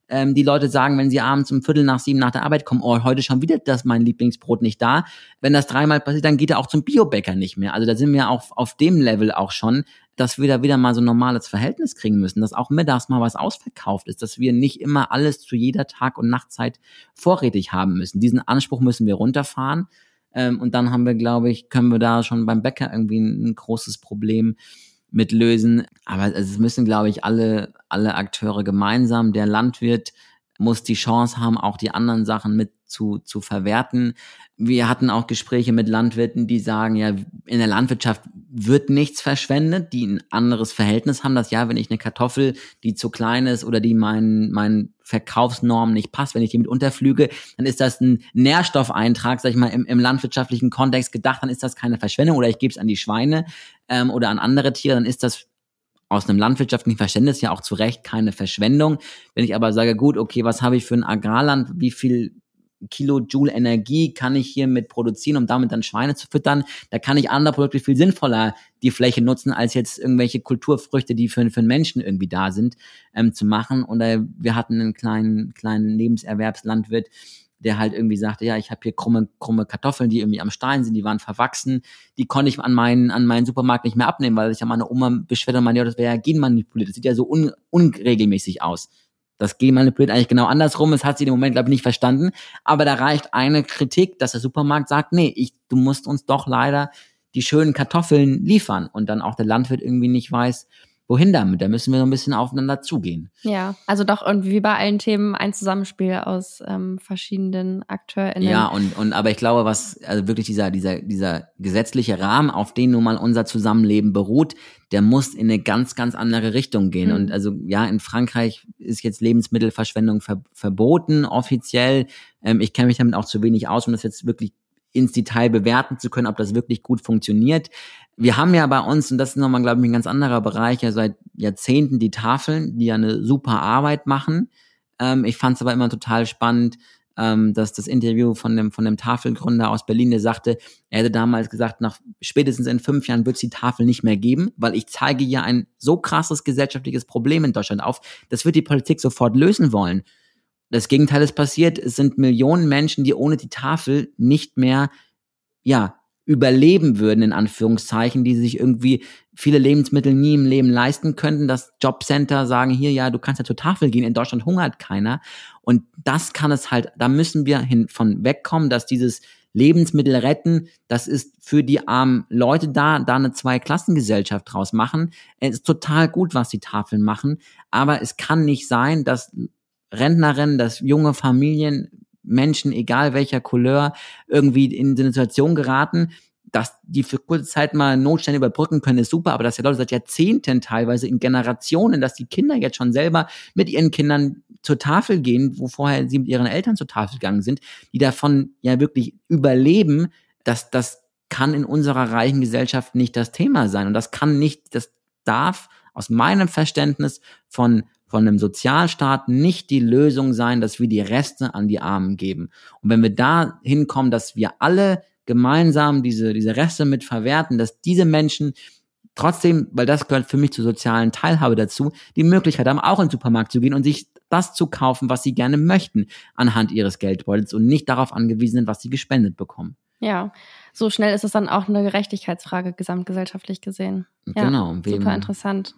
Ähm, die Leute sagen, wenn sie abends um Viertel nach sieben nach der Arbeit kommen, oh, heute schon wieder das mein Lieblingsbrot nicht da. Wenn das dreimal passiert, dann geht er auch zum Biobäcker nicht mehr. Also da sind wir auch auf dem Level auch schon, dass wir da wieder mal so ein normales Verhältnis kriegen müssen, dass auch mittags mal was ausverkauft ist, dass wir nicht immer alles zu jeder Tag- und Nachtzeit vorrätig haben müssen. Diesen Anspruch müssen wir runterfahren. Ähm, und dann haben wir, glaube ich, können wir da schon beim Bäcker irgendwie ein, ein großes Problem mit lösen. Aber es müssen, glaube ich, alle, alle Akteure gemeinsam, der Landwirt muss die Chance haben, auch die anderen Sachen mit zu, zu verwerten. Wir hatten auch Gespräche mit Landwirten, die sagen, ja, in der Landwirtschaft wird nichts verschwendet, die ein anderes Verhältnis haben, dass ja, wenn ich eine Kartoffel, die zu klein ist oder die meinen, meinen Verkaufsnormen nicht passt, wenn ich die mit unterflüge, dann ist das ein Nährstoffeintrag, sag ich mal, im, im landwirtschaftlichen Kontext gedacht, dann ist das keine Verschwendung oder ich gebe es an die Schweine ähm, oder an andere Tiere, dann ist das aus einem landwirtschaftlichen Verständnis ja auch zu Recht keine Verschwendung. Wenn ich aber sage, gut, okay, was habe ich für ein Agrarland, wie viel Kilojoule Energie kann ich hier mit produzieren, um damit dann Schweine zu füttern, da kann ich andere Produkte viel sinnvoller die Fläche nutzen, als jetzt irgendwelche Kulturfrüchte, die für, für einen Menschen irgendwie da sind, ähm, zu machen. Und äh, wir hatten einen kleinen, kleinen Nebenerwerbslandwirt, der halt irgendwie sagte, ja, ich habe hier krumme, krumme Kartoffeln, die irgendwie am Stein sind, die waren verwachsen, die konnte ich an meinen, an meinen Supermarkt nicht mehr abnehmen, weil sich ja meine Oma beschwert und meinte, ja, das wäre ja genmanipuliert, das sieht ja so un, unregelmäßig aus. Das genmanipuliert eigentlich genau andersrum, das hat sie im Moment, glaube ich, nicht verstanden, aber da reicht eine Kritik, dass der Supermarkt sagt, nee, ich, du musst uns doch leider die schönen Kartoffeln liefern und dann auch der Landwirt irgendwie nicht weiß, wohin damit? Da müssen wir so ein bisschen aufeinander zugehen. Ja, also doch irgendwie wie bei allen Themen ein Zusammenspiel aus ähm, verschiedenen AkteurInnen. Ja, und, und aber ich glaube, was, also wirklich dieser, dieser, dieser gesetzliche Rahmen, auf den nun mal unser Zusammenleben beruht, der muss in eine ganz, ganz andere Richtung gehen. Mhm. Und also, ja, in Frankreich ist jetzt Lebensmittelverschwendung ver- verboten, offiziell. Ähm, ich kenne mich damit auch zu wenig aus, um das jetzt wirklich ins Detail bewerten zu können, ob das wirklich gut funktioniert. Wir haben ja bei uns, und das ist nochmal, glaube ich, ein ganz anderer Bereich, ja seit Jahrzehnten die Tafeln, die ja eine super Arbeit machen. Ähm, ich fand es aber immer total spannend, ähm, dass das Interview von dem von dem Tafelgründer aus Berlin, der sagte, er hätte damals gesagt, nach spätestens in fünf Jahren wird es die Tafel nicht mehr geben, weil ich zeige ja ein so krasses gesellschaftliches Problem in Deutschland auf, das wird die Politik sofort lösen wollen. Das Gegenteil ist passiert, es sind Millionen Menschen, die ohne die Tafel nicht mehr, ja, überleben würden, in Anführungszeichen, die sich irgendwie viele Lebensmittel nie im Leben leisten könnten. Das Jobcenter sagen hier, ja, du kannst ja zur Tafel gehen, in Deutschland hungert keiner. Und das kann es halt, da müssen wir hin von wegkommen, dass dieses Lebensmittel retten, das ist für die armen Leute da, da eine Zweiklassengesellschaft draus machen. Es ist total gut, was die Tafeln machen, aber es kann nicht sein, dass Rentnerinnen, dass junge Familien, Menschen, egal welcher Couleur, irgendwie in eine Situation geraten, dass die für kurze Zeit mal Notstände überbrücken können, ist super, aber dass ja Leute seit Jahrzehnten teilweise in Generationen, dass die Kinder jetzt schon selber mit ihren Kindern zur Tafel gehen, wo vorher sie mit ihren Eltern zur Tafel gegangen sind, die davon ja wirklich überleben, dass das kann in unserer reichen Gesellschaft nicht das Thema sein. Und das kann nicht, das darf aus meinem Verständnis von von einem Sozialstaat nicht die Lösung sein, dass wir die Reste an die Armen geben. Und wenn wir da hinkommen, dass wir alle gemeinsam diese, diese Reste mit verwerten, dass diese Menschen trotzdem, weil das gehört für mich zur sozialen Teilhabe dazu, die Möglichkeit haben, auch in den Supermarkt zu gehen und sich das zu kaufen, was sie gerne möchten, anhand ihres Geldbeutels und nicht darauf angewiesen sind, was sie gespendet bekommen. Ja, so schnell ist es dann auch eine Gerechtigkeitsfrage, gesamtgesellschaftlich gesehen. Ja, genau. Super interessant.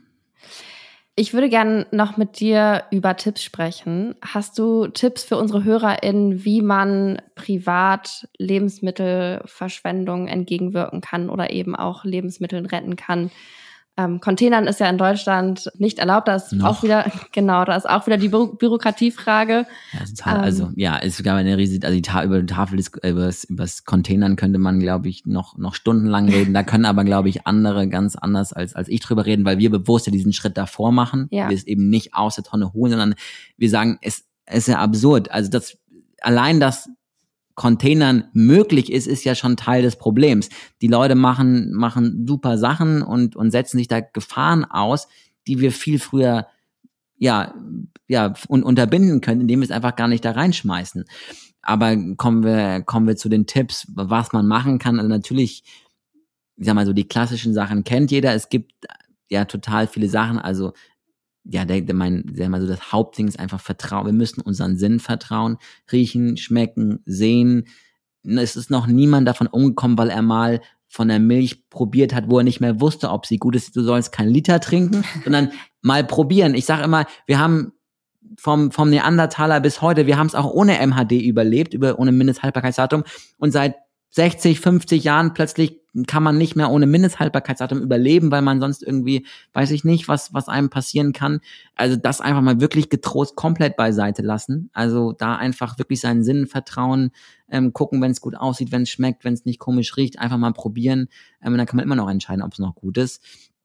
Ich würde gerne noch mit dir über Tipps sprechen. Hast du Tipps für unsere HörerInnen, wie man privat Lebensmittelverschwendung entgegenwirken kann oder eben auch Lebensmittel retten kann? Ähm, Containern ist ja in Deutschland nicht erlaubt. Da ist Noch. auch wieder, genau, da ist auch wieder die Bü- Bürokratiefrage. Ja, total, ähm, also ja, es gab eine riesige, also die Ta- über die Tafel des, über das, über das Containern könnte man, glaube ich, noch noch stundenlang reden. Da können aber, glaube ich, andere ganz anders als als ich drüber reden, weil wir bewusst ja diesen Schritt davor machen. Ja. Wir es eben nicht aus der Tonne holen, sondern wir sagen, es, es ist ja absurd. Also das allein das Containern möglich ist, ist ja schon Teil des Problems. Die Leute machen machen super Sachen und und setzen sich da Gefahren aus, die wir viel früher ja ja un- unterbinden können, indem wir es einfach gar nicht da reinschmeißen. Aber kommen wir kommen wir zu den Tipps, was man machen kann. Also natürlich, ich sag mal so, die klassischen Sachen kennt jeder. Es gibt ja total viele Sachen. Also ja, der, der mein, der mal so das Hauptding ist einfach Vertrauen. Wir müssen unseren Sinn vertrauen, riechen, schmecken, sehen. Es ist noch niemand davon umgekommen, weil er mal von der Milch probiert hat, wo er nicht mehr wusste, ob sie gut ist. Du sollst keinen Liter trinken, sondern mal probieren. Ich sage immer, wir haben vom vom Neandertaler bis heute, wir haben es auch ohne M H D überlebt, über ohne Mindesthaltbarkeitsdatum. Und seit sechzig, fünfzig Jahren plötzlich kann man nicht mehr ohne Mindesthaltbarkeitsdatum überleben, weil man sonst irgendwie, weiß ich nicht, was was einem passieren kann. Also das einfach mal wirklich getrost komplett beiseite lassen. Also da einfach wirklich seinen Sinnen vertrauen, ähm, gucken, wenn es gut aussieht, wenn es schmeckt, wenn es nicht komisch riecht, einfach mal probieren. Ähm, und dann kann man immer noch entscheiden, ob es noch gut ist.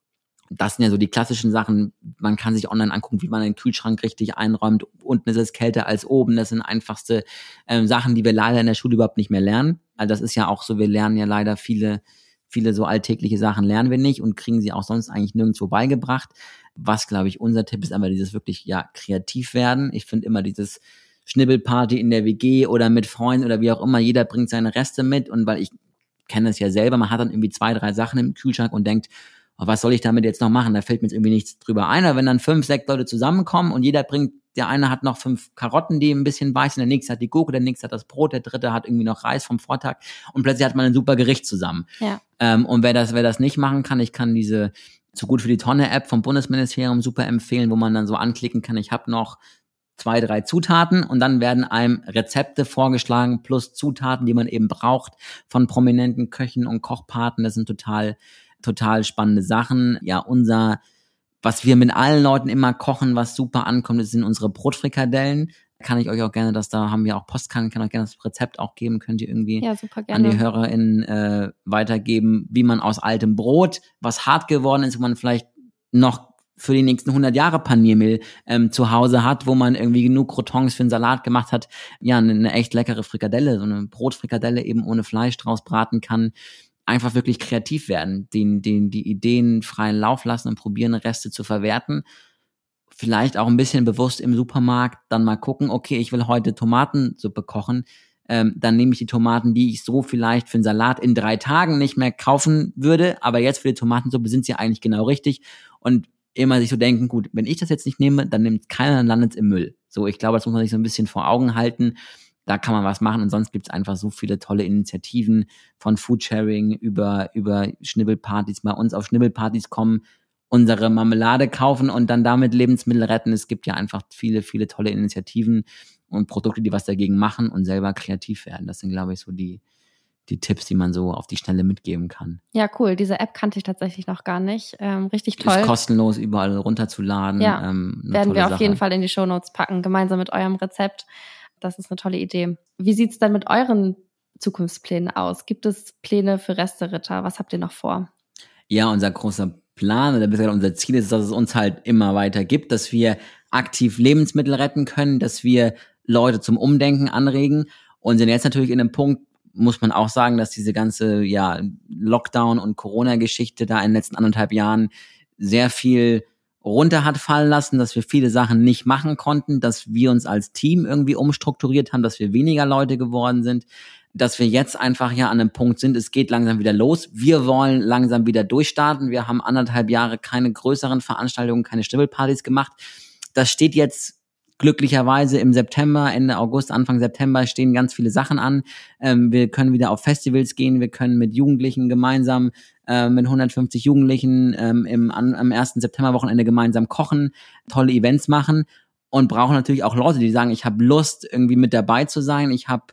Das sind ja so die klassischen Sachen. Man kann sich online angucken, wie man den Kühlschrank richtig einräumt. Unten ist es kälter als oben. Das sind einfachste ähm, Sachen, die wir leider in der Schule überhaupt nicht mehr lernen. Also das ist ja auch so, wir lernen ja leider viele, viele so alltägliche Sachen lernen wir nicht und kriegen sie auch sonst eigentlich nirgendwo beigebracht. Was, glaube ich, unser Tipp ist, aber dieses wirklich, ja, kreativ werden. Ich finde immer dieses Schnibbelparty in der W G oder mit Freunden oder wie auch immer, jeder bringt seine Reste mit. Und weil ich kenne es ja selber, man hat dann irgendwie zwei, drei Sachen im Kühlschrank und denkt, oh, was soll ich damit jetzt noch machen? Da fällt mir jetzt irgendwie nichts drüber ein. Aber wenn dann fünf, sechs Leute zusammenkommen und jeder bringt, der eine hat noch fünf Karotten, die ein bisschen weiß sind, der nächste hat die Gurke, der nächste hat das Brot, der dritte hat irgendwie noch Reis vom Vortag und plötzlich hat man ein super Gericht zusammen. Ja. Ähm, und wer das, wer das nicht machen kann, ich kann diese Zu gut für die Tonne App vom Bundesministerium super empfehlen, wo man dann so anklicken kann, ich habe noch zwei, drei Zutaten und dann werden einem Rezepte vorgeschlagen plus Zutaten, die man eben braucht von prominenten Köchen und Kochpaten. Das sind total total spannende Sachen. Ja, unser, was wir mit allen Leuten immer kochen, was super ankommt, das sind unsere Brotfrikadellen. Kann ich euch auch gerne, dass da haben wir auch Postkarten, kann euch gerne das Rezept auch geben, könnt ihr irgendwie ja, super gerne an die HörerInnen äh, weitergeben, wie man aus altem Brot, was hart geworden ist, wo man vielleicht noch für die nächsten hundert Jahre Paniermehl ähm, zu Hause hat, wo man irgendwie genug Crotons für einen Salat gemacht hat, ja, eine, eine echt leckere Frikadelle, so eine Brotfrikadelle eben ohne Fleisch draus braten kann. Einfach wirklich kreativ werden, den, den, die Ideen freien Lauf lassen und probieren, Reste zu verwerten. Vielleicht auch ein bisschen bewusst im Supermarkt dann mal gucken, okay, ich will heute Tomatensuppe kochen, ähm, dann nehme ich die Tomaten, die ich so vielleicht für einen Salat in drei Tagen nicht mehr kaufen würde, aber jetzt für die Tomatensuppe sind sie eigentlich genau richtig und immer sich so denken, gut, wenn ich das jetzt nicht nehme, dann nimmt keiner, dann landet es im Müll. So, ich glaube, das muss man sich so ein bisschen vor Augen halten. Da kann man was machen und sonst gibt's einfach so viele tolle Initiativen von Foodsharing über über Schnibbelpartys. Bei uns auf Schnibbelpartys kommen, unsere Marmelade kaufen und dann damit Lebensmittel retten. Es gibt ja einfach viele, viele tolle Initiativen und Produkte, die was dagegen machen und selber kreativ werden. Das sind, glaube ich, so die die Tipps, die man so auf die Schnelle mitgeben kann. Ja, cool. Diese App kannte ich tatsächlich noch gar nicht. Ähm, richtig toll. Ist kostenlos überall runterzuladen. Ja, ähm, werden wir auf Sache. jeden Fall in die Shownotes packen, gemeinsam mit eurem Rezept. Das ist eine tolle Idee. Wie sieht's denn mit euren Zukunftsplänen aus? Gibt es Pläne für Reste-Ritter? Was habt ihr noch vor? Ja, unser großer Plan oder besser unser Ziel ist, dass es uns halt immer weiter gibt, dass wir aktiv Lebensmittel retten können, dass wir Leute zum Umdenken anregen und sind jetzt natürlich in einem Punkt, muss man auch sagen, dass diese ganze ja Lockdown- und Corona-Geschichte da in den letzten anderthalb Jahren sehr viel runter hat fallen lassen, dass wir viele Sachen nicht machen konnten, dass wir uns als Team irgendwie umstrukturiert haben, dass wir weniger Leute geworden sind, dass wir jetzt einfach ja an einem Punkt sind, es geht langsam wieder los. Wir wollen langsam wieder durchstarten. Wir haben anderthalb Jahre keine größeren Veranstaltungen, keine Schnibbelpartys gemacht. Das steht jetzt glücklicherweise im September, Ende August, Anfang September stehen ganz viele Sachen an. Ähm, wir können wieder auf Festivals gehen, wir können mit Jugendlichen gemeinsam, äh, mit hundertfünfzig Jugendlichen ähm, im, an, am ersten Septemberwochenende gemeinsam kochen, tolle Events machen und brauchen natürlich auch Leute, die sagen, ich habe Lust, irgendwie mit dabei zu sein, ich habe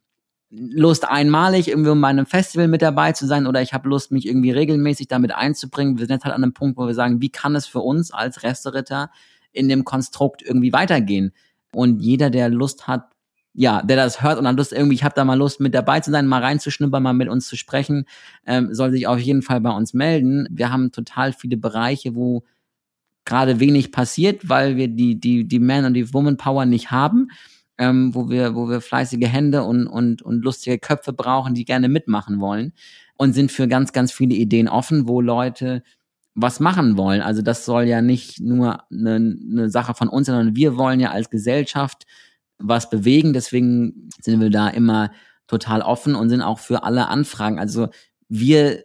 Lust, einmalig irgendwie bei einem Festival mit dabei zu sein oder ich habe Lust, mich irgendwie regelmäßig damit einzubringen. Wir sind jetzt halt an einem Punkt, wo wir sagen, wie kann es für uns als Reste-Ritter in dem Konstrukt irgendwie weitergehen. Und jeder, der Lust hat, ja, der das hört und dann Lust irgendwie, ich habe da mal Lust mit dabei zu sein, mal reinzuschnuppern, mal mit uns zu sprechen, ähm, soll sich auf jeden Fall bei uns melden. Wir haben total viele Bereiche, wo gerade wenig passiert, weil wir die die die Man- und die Woman-Power nicht haben, ähm, wo wir wo wir fleißige Hände und und und lustige Köpfe brauchen, die gerne mitmachen wollen und sind für ganz, ganz viele Ideen offen, wo Leute was machen wollen. Also das soll ja nicht nur eine, eine Sache von uns, sondern wir wollen ja als Gesellschaft was bewegen. Deswegen sind wir da immer total offen und sind auch für alle Anfragen. Also wir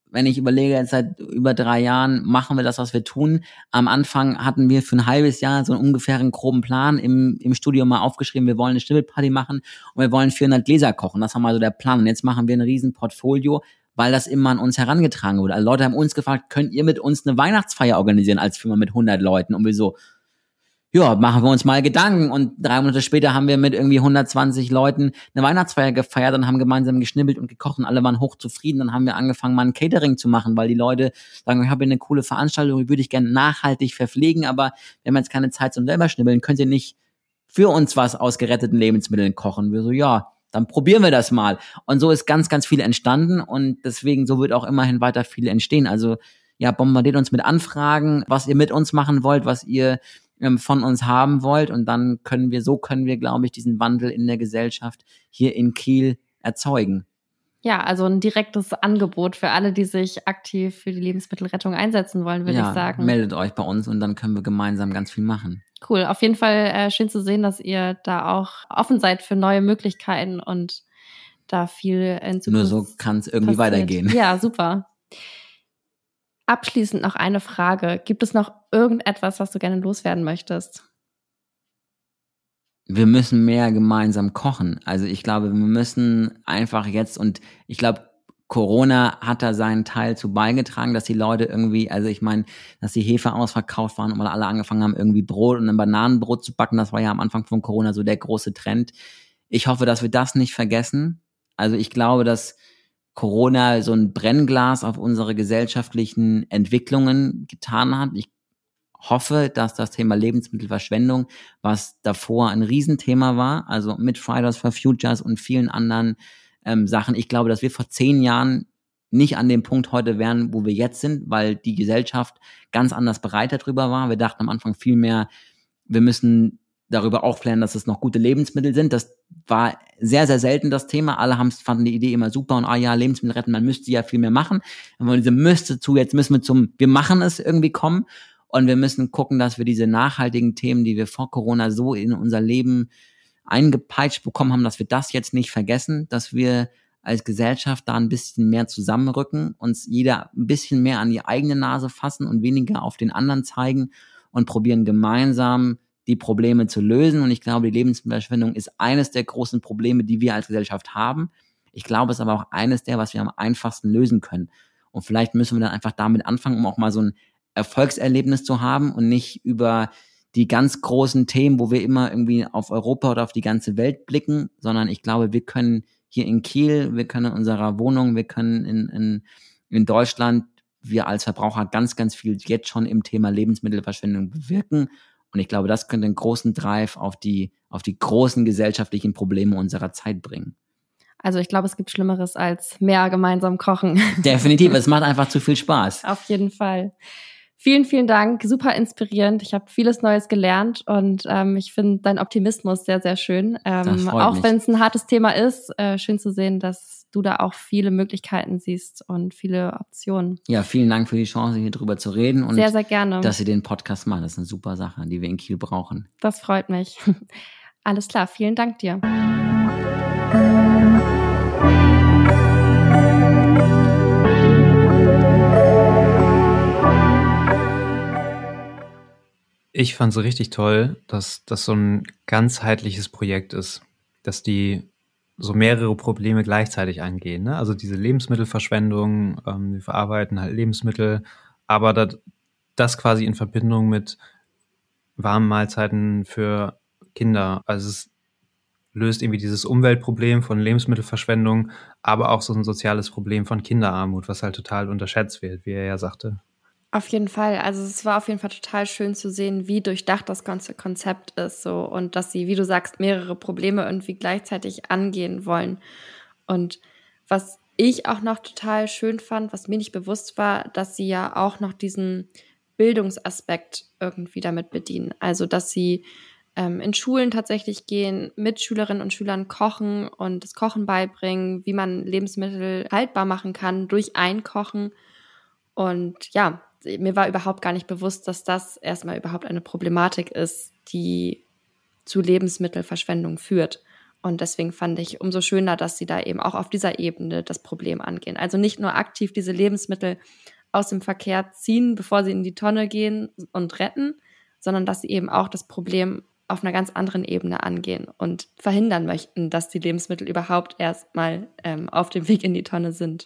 wenn ich überlege, jetzt seit über drei Jahren machen wir das, was wir tun. Am Anfang hatten wir für ein halbes Jahr so einen ungefähren groben Plan im, im Studio mal aufgeschrieben, wir wollen eine Stimmelparty machen und wir wollen vierhundert Gläser kochen. Das war mal so der Plan. Und jetzt machen wir ein riesen Portfolio, weil das immer an uns herangetragen wurde. Also Leute haben uns gefragt, könnt ihr mit uns eine Weihnachtsfeier organisieren als Firma mit hundert Leuten? Und wir so, ja, machen wir uns mal Gedanken. Und drei Monate später haben wir mit irgendwie hundertzwanzig Leuten eine Weihnachtsfeier gefeiert und haben gemeinsam geschnibbelt und gekocht und alle waren hochzufrieden. Dann haben wir angefangen, mal ein Catering zu machen, weil die Leute sagen, ich habe hier eine coole Veranstaltung, die würde ich gerne nachhaltig verpflegen, aber wir haben jetzt keine Zeit zum selber schnibbeln, könnt ihr nicht für uns was aus geretteten Lebensmitteln kochen? Wir so, ja, dann probieren wir das mal. Und so ist ganz, ganz viel entstanden und deswegen, so wird auch immerhin weiter viel entstehen. Also ja, bombardiert uns mit Anfragen, was ihr mit uns machen wollt, was ihr von uns haben wollt und dann können wir, so können wir, glaube ich, diesen Wandel in der Gesellschaft hier in Kiel erzeugen. Ja, also ein direktes Angebot für alle, die sich aktiv für die Lebensmittelrettung einsetzen wollen, würde ja, ich sagen. Meldet euch bei uns und dann können wir gemeinsam ganz viel machen. Cool, auf jeden Fall äh, schön zu sehen, dass ihr da auch offen seid für neue Möglichkeiten und da viel in Zukunft Nur so kann es irgendwie passiert. Weitergehen. Ja, super. Abschließend noch eine Frage. Gibt es noch irgendetwas, was du gerne loswerden möchtest? Wir müssen mehr gemeinsam kochen. Also ich glaube, wir müssen einfach jetzt, und ich glaube, Corona hat da seinen Teil zu beigetragen, dass die Leute irgendwie, also ich meine, dass die Hefe ausverkauft waren und weil alle angefangen haben, irgendwie Brot und ein Bananenbrot zu backen. Das war ja am Anfang von Corona so der große Trend. Ich hoffe, dass wir das nicht vergessen. Also ich glaube, dass Corona so ein Brennglas auf unsere gesellschaftlichen Entwicklungen getan hat. Ich hoffe, dass das Thema Lebensmittelverschwendung, was davor ein Riesenthema war, also mit Fridays for Futures und vielen anderen ähm, Sachen, ich glaube, dass wir vor zehn Jahren nicht an dem Punkt heute wären, wo wir jetzt sind, weil die Gesellschaft ganz anders bereit darüber war. Wir dachten am Anfang viel mehr, wir müssen darüber aufklären, dass es noch gute Lebensmittel sind. Das war sehr, sehr selten das Thema. Alle haben, fanden die Idee immer super und ah ja, Lebensmittel retten, man müsste ja viel mehr machen. Wenn wir diese müsste zu, jetzt müssen wir zum, wir machen es irgendwie kommen und wir müssen gucken, dass wir diese nachhaltigen Themen, die wir vor Corona so in unser Leben eingepeitscht bekommen haben, dass wir das jetzt nicht vergessen, dass wir als Gesellschaft da ein bisschen mehr zusammenrücken, uns jeder ein bisschen mehr an die eigene Nase fassen und weniger auf den anderen zeigen und probieren gemeinsam die Probleme zu lösen. Und ich glaube, die Lebensmittelverschwendung ist eines der großen Probleme, die wir als Gesellschaft haben. Ich glaube, es ist aber auch eines der, was wir am einfachsten lösen können. Und vielleicht müssen wir dann einfach damit anfangen, um auch mal so ein Erfolgserlebnis zu haben und nicht über die ganz großen Themen, wo wir immer irgendwie auf Europa oder auf die ganze Welt blicken, sondern ich glaube, wir können hier in Kiel, wir können in unserer Wohnung, wir können in, in, in Deutschland, wir als Verbraucher ganz, ganz viel jetzt schon im Thema Lebensmittelverschwendung bewirken. Und ich glaube, das könnte einen großen Drive auf die, auf die großen gesellschaftlichen Probleme unserer Zeit bringen. Also ich glaube, es gibt Schlimmeres als mehr gemeinsam kochen. Definitiv, es macht einfach zu viel Spaß. Auf jeden Fall. Vielen, vielen Dank, super inspirierend. Ich habe vieles Neues gelernt und ähm, ich finde deinen Optimismus sehr, sehr schön. Ähm, auch wenn es ein hartes Thema ist, äh, schön zu sehen, dass du da auch viele Möglichkeiten siehst und viele Optionen. Ja, vielen Dank für die Chance, hier drüber zu reden und sehr, sehr gerne, dass ihr den Podcast macht. Das ist eine super Sache, die wir in Kiel brauchen. Das freut mich. Alles klar, vielen Dank dir. Ich fand es richtig toll, dass das so ein ganzheitliches Projekt ist, dass die so mehrere Probleme gleichzeitig angehen. Ne? Also diese Lebensmittelverschwendung, ähm, wir verarbeiten halt Lebensmittel, aber das, das quasi in Verbindung mit warmen Mahlzeiten für Kinder. Also es löst irgendwie dieses Umweltproblem von Lebensmittelverschwendung, aber auch so ein soziales Problem von Kinderarmut, was halt total unterschätzt wird, wie er ja sagte. Auf jeden Fall. Also es war auf jeden Fall total schön zu sehen, wie durchdacht das ganze Konzept ist so und dass sie, wie du sagst, mehrere Probleme irgendwie gleichzeitig angehen wollen. Und was ich auch noch total schön fand, was mir nicht bewusst war, dass sie ja auch noch diesen Bildungsaspekt irgendwie damit bedienen. Also dass sie ähm, in Schulen tatsächlich gehen, mit Schülerinnen und Schülern kochen und das Kochen beibringen, wie man Lebensmittel haltbar machen kann durch Einkochen. Und ja, mir war überhaupt gar nicht bewusst, dass das erstmal überhaupt eine Problematik ist, die zu Lebensmittelverschwendung führt. Und deswegen fand ich umso schöner, dass sie da eben auch auf dieser Ebene das Problem angehen. Also nicht nur aktiv diese Lebensmittel aus dem Verkehr ziehen, bevor sie in die Tonne gehen und retten, sondern dass sie eben auch das Problem auf einer ganz anderen Ebene angehen und verhindern möchten, dass die Lebensmittel überhaupt erstmal ähm, auf dem Weg in die Tonne sind.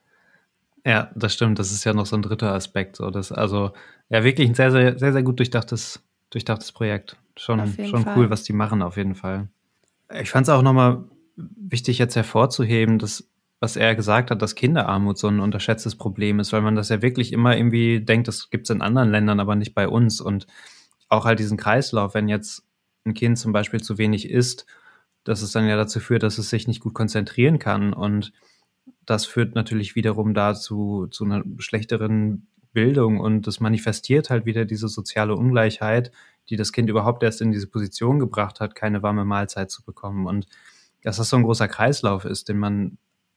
Ja, das stimmt. Das ist ja noch so ein dritter Aspekt. So, das, also ja, wirklich ein sehr, sehr, sehr, sehr gut durchdachtes, durchdachtes Projekt. Schon, schon Fall. cool, was die machen auf jeden Fall. Ich fand es auch nochmal wichtig, jetzt hervorzuheben, dass, was er gesagt hat, dass Kinderarmut so ein unterschätztes Problem ist, weil man das ja wirklich immer irgendwie denkt, das gibt es in anderen Ländern, aber nicht bei uns. Und auch halt diesen Kreislauf, wenn jetzt ein Kind zum Beispiel zu wenig isst, dass es dann ja dazu führt, dass es sich nicht gut konzentrieren kann. Und das führt natürlich wiederum dazu, zu einer schlechteren Bildung, und das manifestiert halt wieder diese soziale Ungleichheit, die das Kind überhaupt erst in diese Position gebracht hat, keine warme Mahlzeit zu bekommen. Und dass das so ein großer Kreislauf ist, den man,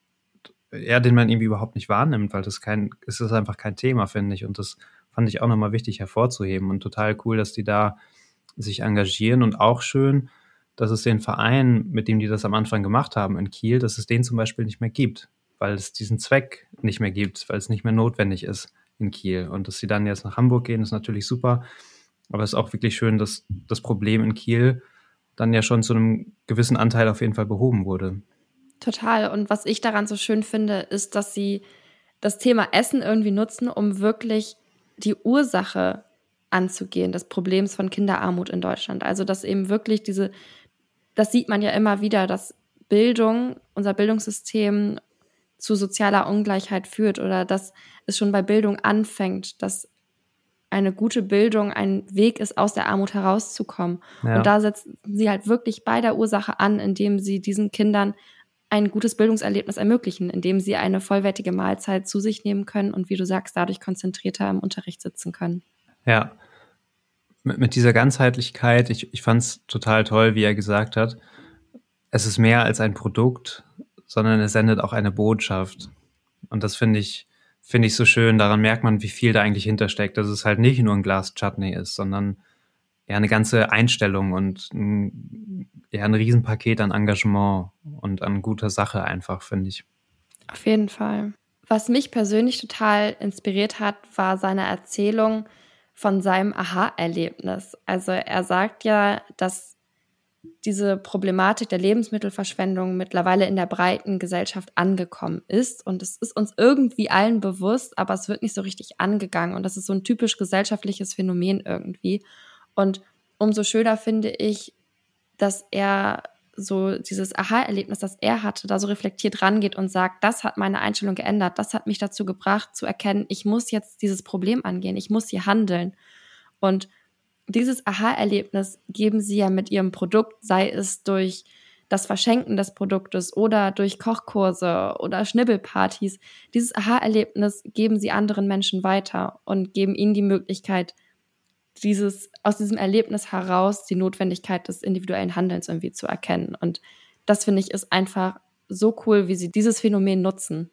ja, den man irgendwie überhaupt nicht wahrnimmt, weil das kein, es ist einfach kein Thema, finde ich. Und das fand ich auch nochmal wichtig hervorzuheben und total cool, dass die da sich engagieren, und auch schön, dass es den Verein, mit dem die das am Anfang gemacht haben in Kiel, dass es den zum Beispiel nicht mehr gibt, weil es diesen Zweck nicht mehr gibt, weil es nicht mehr notwendig ist in Kiel. Und dass sie dann jetzt nach Hamburg gehen, ist natürlich super. Aber es ist auch wirklich schön, dass das Problem in Kiel dann ja schon zu einem gewissen Anteil auf jeden Fall behoben wurde. Total. Und was ich daran so schön finde, ist, dass sie das Thema Essen irgendwie nutzen, um wirklich die Ursache anzugehen, des Problems von Kinderarmut in Deutschland. Also dass eben wirklich diese, das sieht man ja immer wieder, dass Bildung, unser Bildungssystem zu sozialer Ungleichheit führt, oder dass es schon bei Bildung anfängt, dass eine gute Bildung ein Weg ist, aus der Armut herauszukommen. Ja. Und da setzen sie halt wirklich bei der Ursache an, indem sie diesen Kindern ein gutes Bildungserlebnis ermöglichen, indem sie eine vollwertige Mahlzeit zu sich nehmen können und, wie du sagst, dadurch konzentrierter im Unterricht sitzen können. Ja, mit, mit dieser Ganzheitlichkeit, ich, ich fand es total toll, wie er gesagt hat, es ist mehr als ein Produkt, sondern es sendet auch eine Botschaft. Und das finde ich, finde ich so schön. Daran merkt man, wie viel da eigentlich hintersteckt, dass es halt nicht nur ein Glas Chutney ist, sondern ja eine ganze Einstellung und ein, ja ein Riesenpaket an Engagement und an guter Sache einfach, finde ich. Auf jeden Fall. Was mich persönlich total inspiriert hat, war seine Erzählung von seinem Aha-Erlebnis. Also er sagt ja, dass diese Problematik der Lebensmittelverschwendung mittlerweile in der breiten Gesellschaft angekommen ist. Und es ist uns irgendwie allen bewusst, aber es wird nicht so richtig angegangen. Und das ist so ein typisch gesellschaftliches Phänomen irgendwie. Und umso schöner finde ich, dass er so dieses Aha-Erlebnis, das er hatte, da so reflektiert rangeht und sagt, das hat meine Einstellung geändert, das hat mich dazu gebracht, zu erkennen, ich muss jetzt dieses Problem angehen, ich muss hier handeln. Und dieses Aha-Erlebnis geben sie ja mit ihrem Produkt, sei es durch das Verschenken des Produktes oder durch Kochkurse oder Schnibbelpartys. Dieses Aha-Erlebnis geben sie anderen Menschen weiter und geben ihnen die Möglichkeit, dieses, aus diesem Erlebnis heraus die Notwendigkeit des individuellen Handelns irgendwie zu erkennen. Und das, finde ich, ist einfach so cool, wie sie dieses Phänomen nutzen.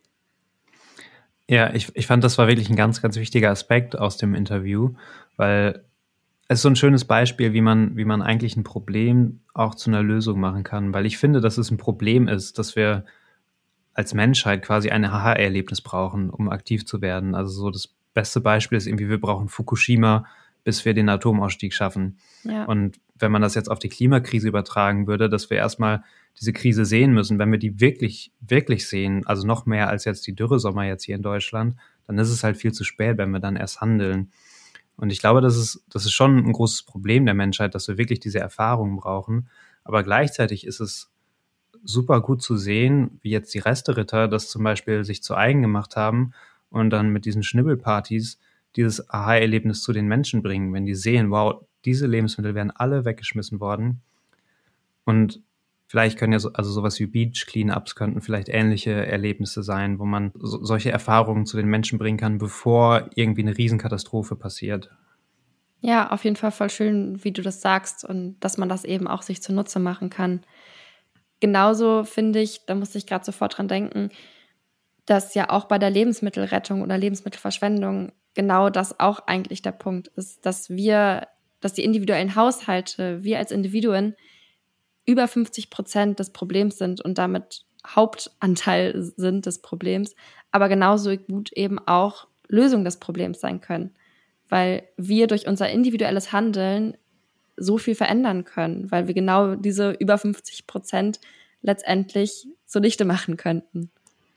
Ja, ich, ich fand, das war wirklich ein ganz, ganz wichtiger Aspekt aus dem Interview, weil es ist so ein schönes Beispiel, wie man, wie man eigentlich ein Problem auch zu einer Lösung machen kann. Weil ich finde, dass es ein Problem ist, dass wir als Menschheit quasi ein Aha-Erlebnis brauchen, um aktiv zu werden. Also so das beste Beispiel ist irgendwie, wir brauchen Fukushima, bis wir den Atomausstieg schaffen. Ja. Und wenn man das jetzt auf die Klimakrise übertragen würde, dass wir erstmal diese Krise sehen müssen, wenn wir die wirklich, wirklich sehen, also noch mehr als jetzt die Dürresommer jetzt hier in Deutschland, dann ist es halt viel zu spät, wenn wir dann erst handeln. Und ich glaube, das ist, das ist schon ein großes Problem der Menschheit, dass wir wirklich diese Erfahrungen brauchen. Aber gleichzeitig ist es super gut zu sehen, wie jetzt die Resteritter das zum Beispiel sich zu eigen gemacht haben und dann mit diesen Schnibbelpartys dieses Aha-Erlebnis zu den Menschen bringen, wenn die sehen, wow, diese Lebensmittel werden alle weggeschmissen worden. Und vielleicht können ja so, also sowas wie Beach-Cleanups könnten vielleicht ähnliche Erlebnisse sein, wo man so, solche Erfahrungen zu den Menschen bringen kann, bevor irgendwie eine Riesenkatastrophe passiert. Ja, auf jeden Fall voll schön, wie du das sagst und dass man das eben auch sich zunutze machen kann. Genauso finde ich, da musste ich gerade sofort dran denken, dass ja auch bei der Lebensmittelrettung oder Lebensmittelverschwendung genau das auch eigentlich der Punkt ist, dass wir, dass die individuellen Haushalte, wir als Individuen über fünfzig Prozent des Problems sind und damit Hauptanteil sind des Problems, aber genauso gut eben auch Lösung des Problems sein können, weil wir durch unser individuelles Handeln so viel verändern können, weil wir genau diese über fünfzig Prozent letztendlich zunichte machen könnten.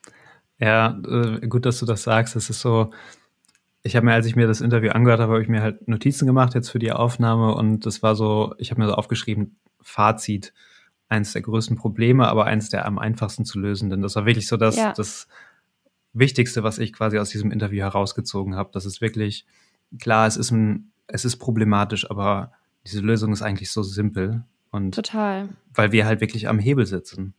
Ja, äh, gut, dass du das sagst. Es ist so, ich habe mir, als ich mir das Interview angehört habe, habe ich mir halt Notizen gemacht jetzt für die Aufnahme und das war so, ich habe mir so aufgeschrieben, Fazit, eins der größten Probleme, aber eins der am einfachsten zu lösenden. Das war wirklich so das, Ja. das Wichtigste, was ich quasi aus diesem Interview herausgezogen habe. Das ist wirklich, klar, es ist ein, es ist problematisch, aber diese Lösung ist eigentlich so simpel. Und Total. weil wir halt wirklich am Hebel sitzen.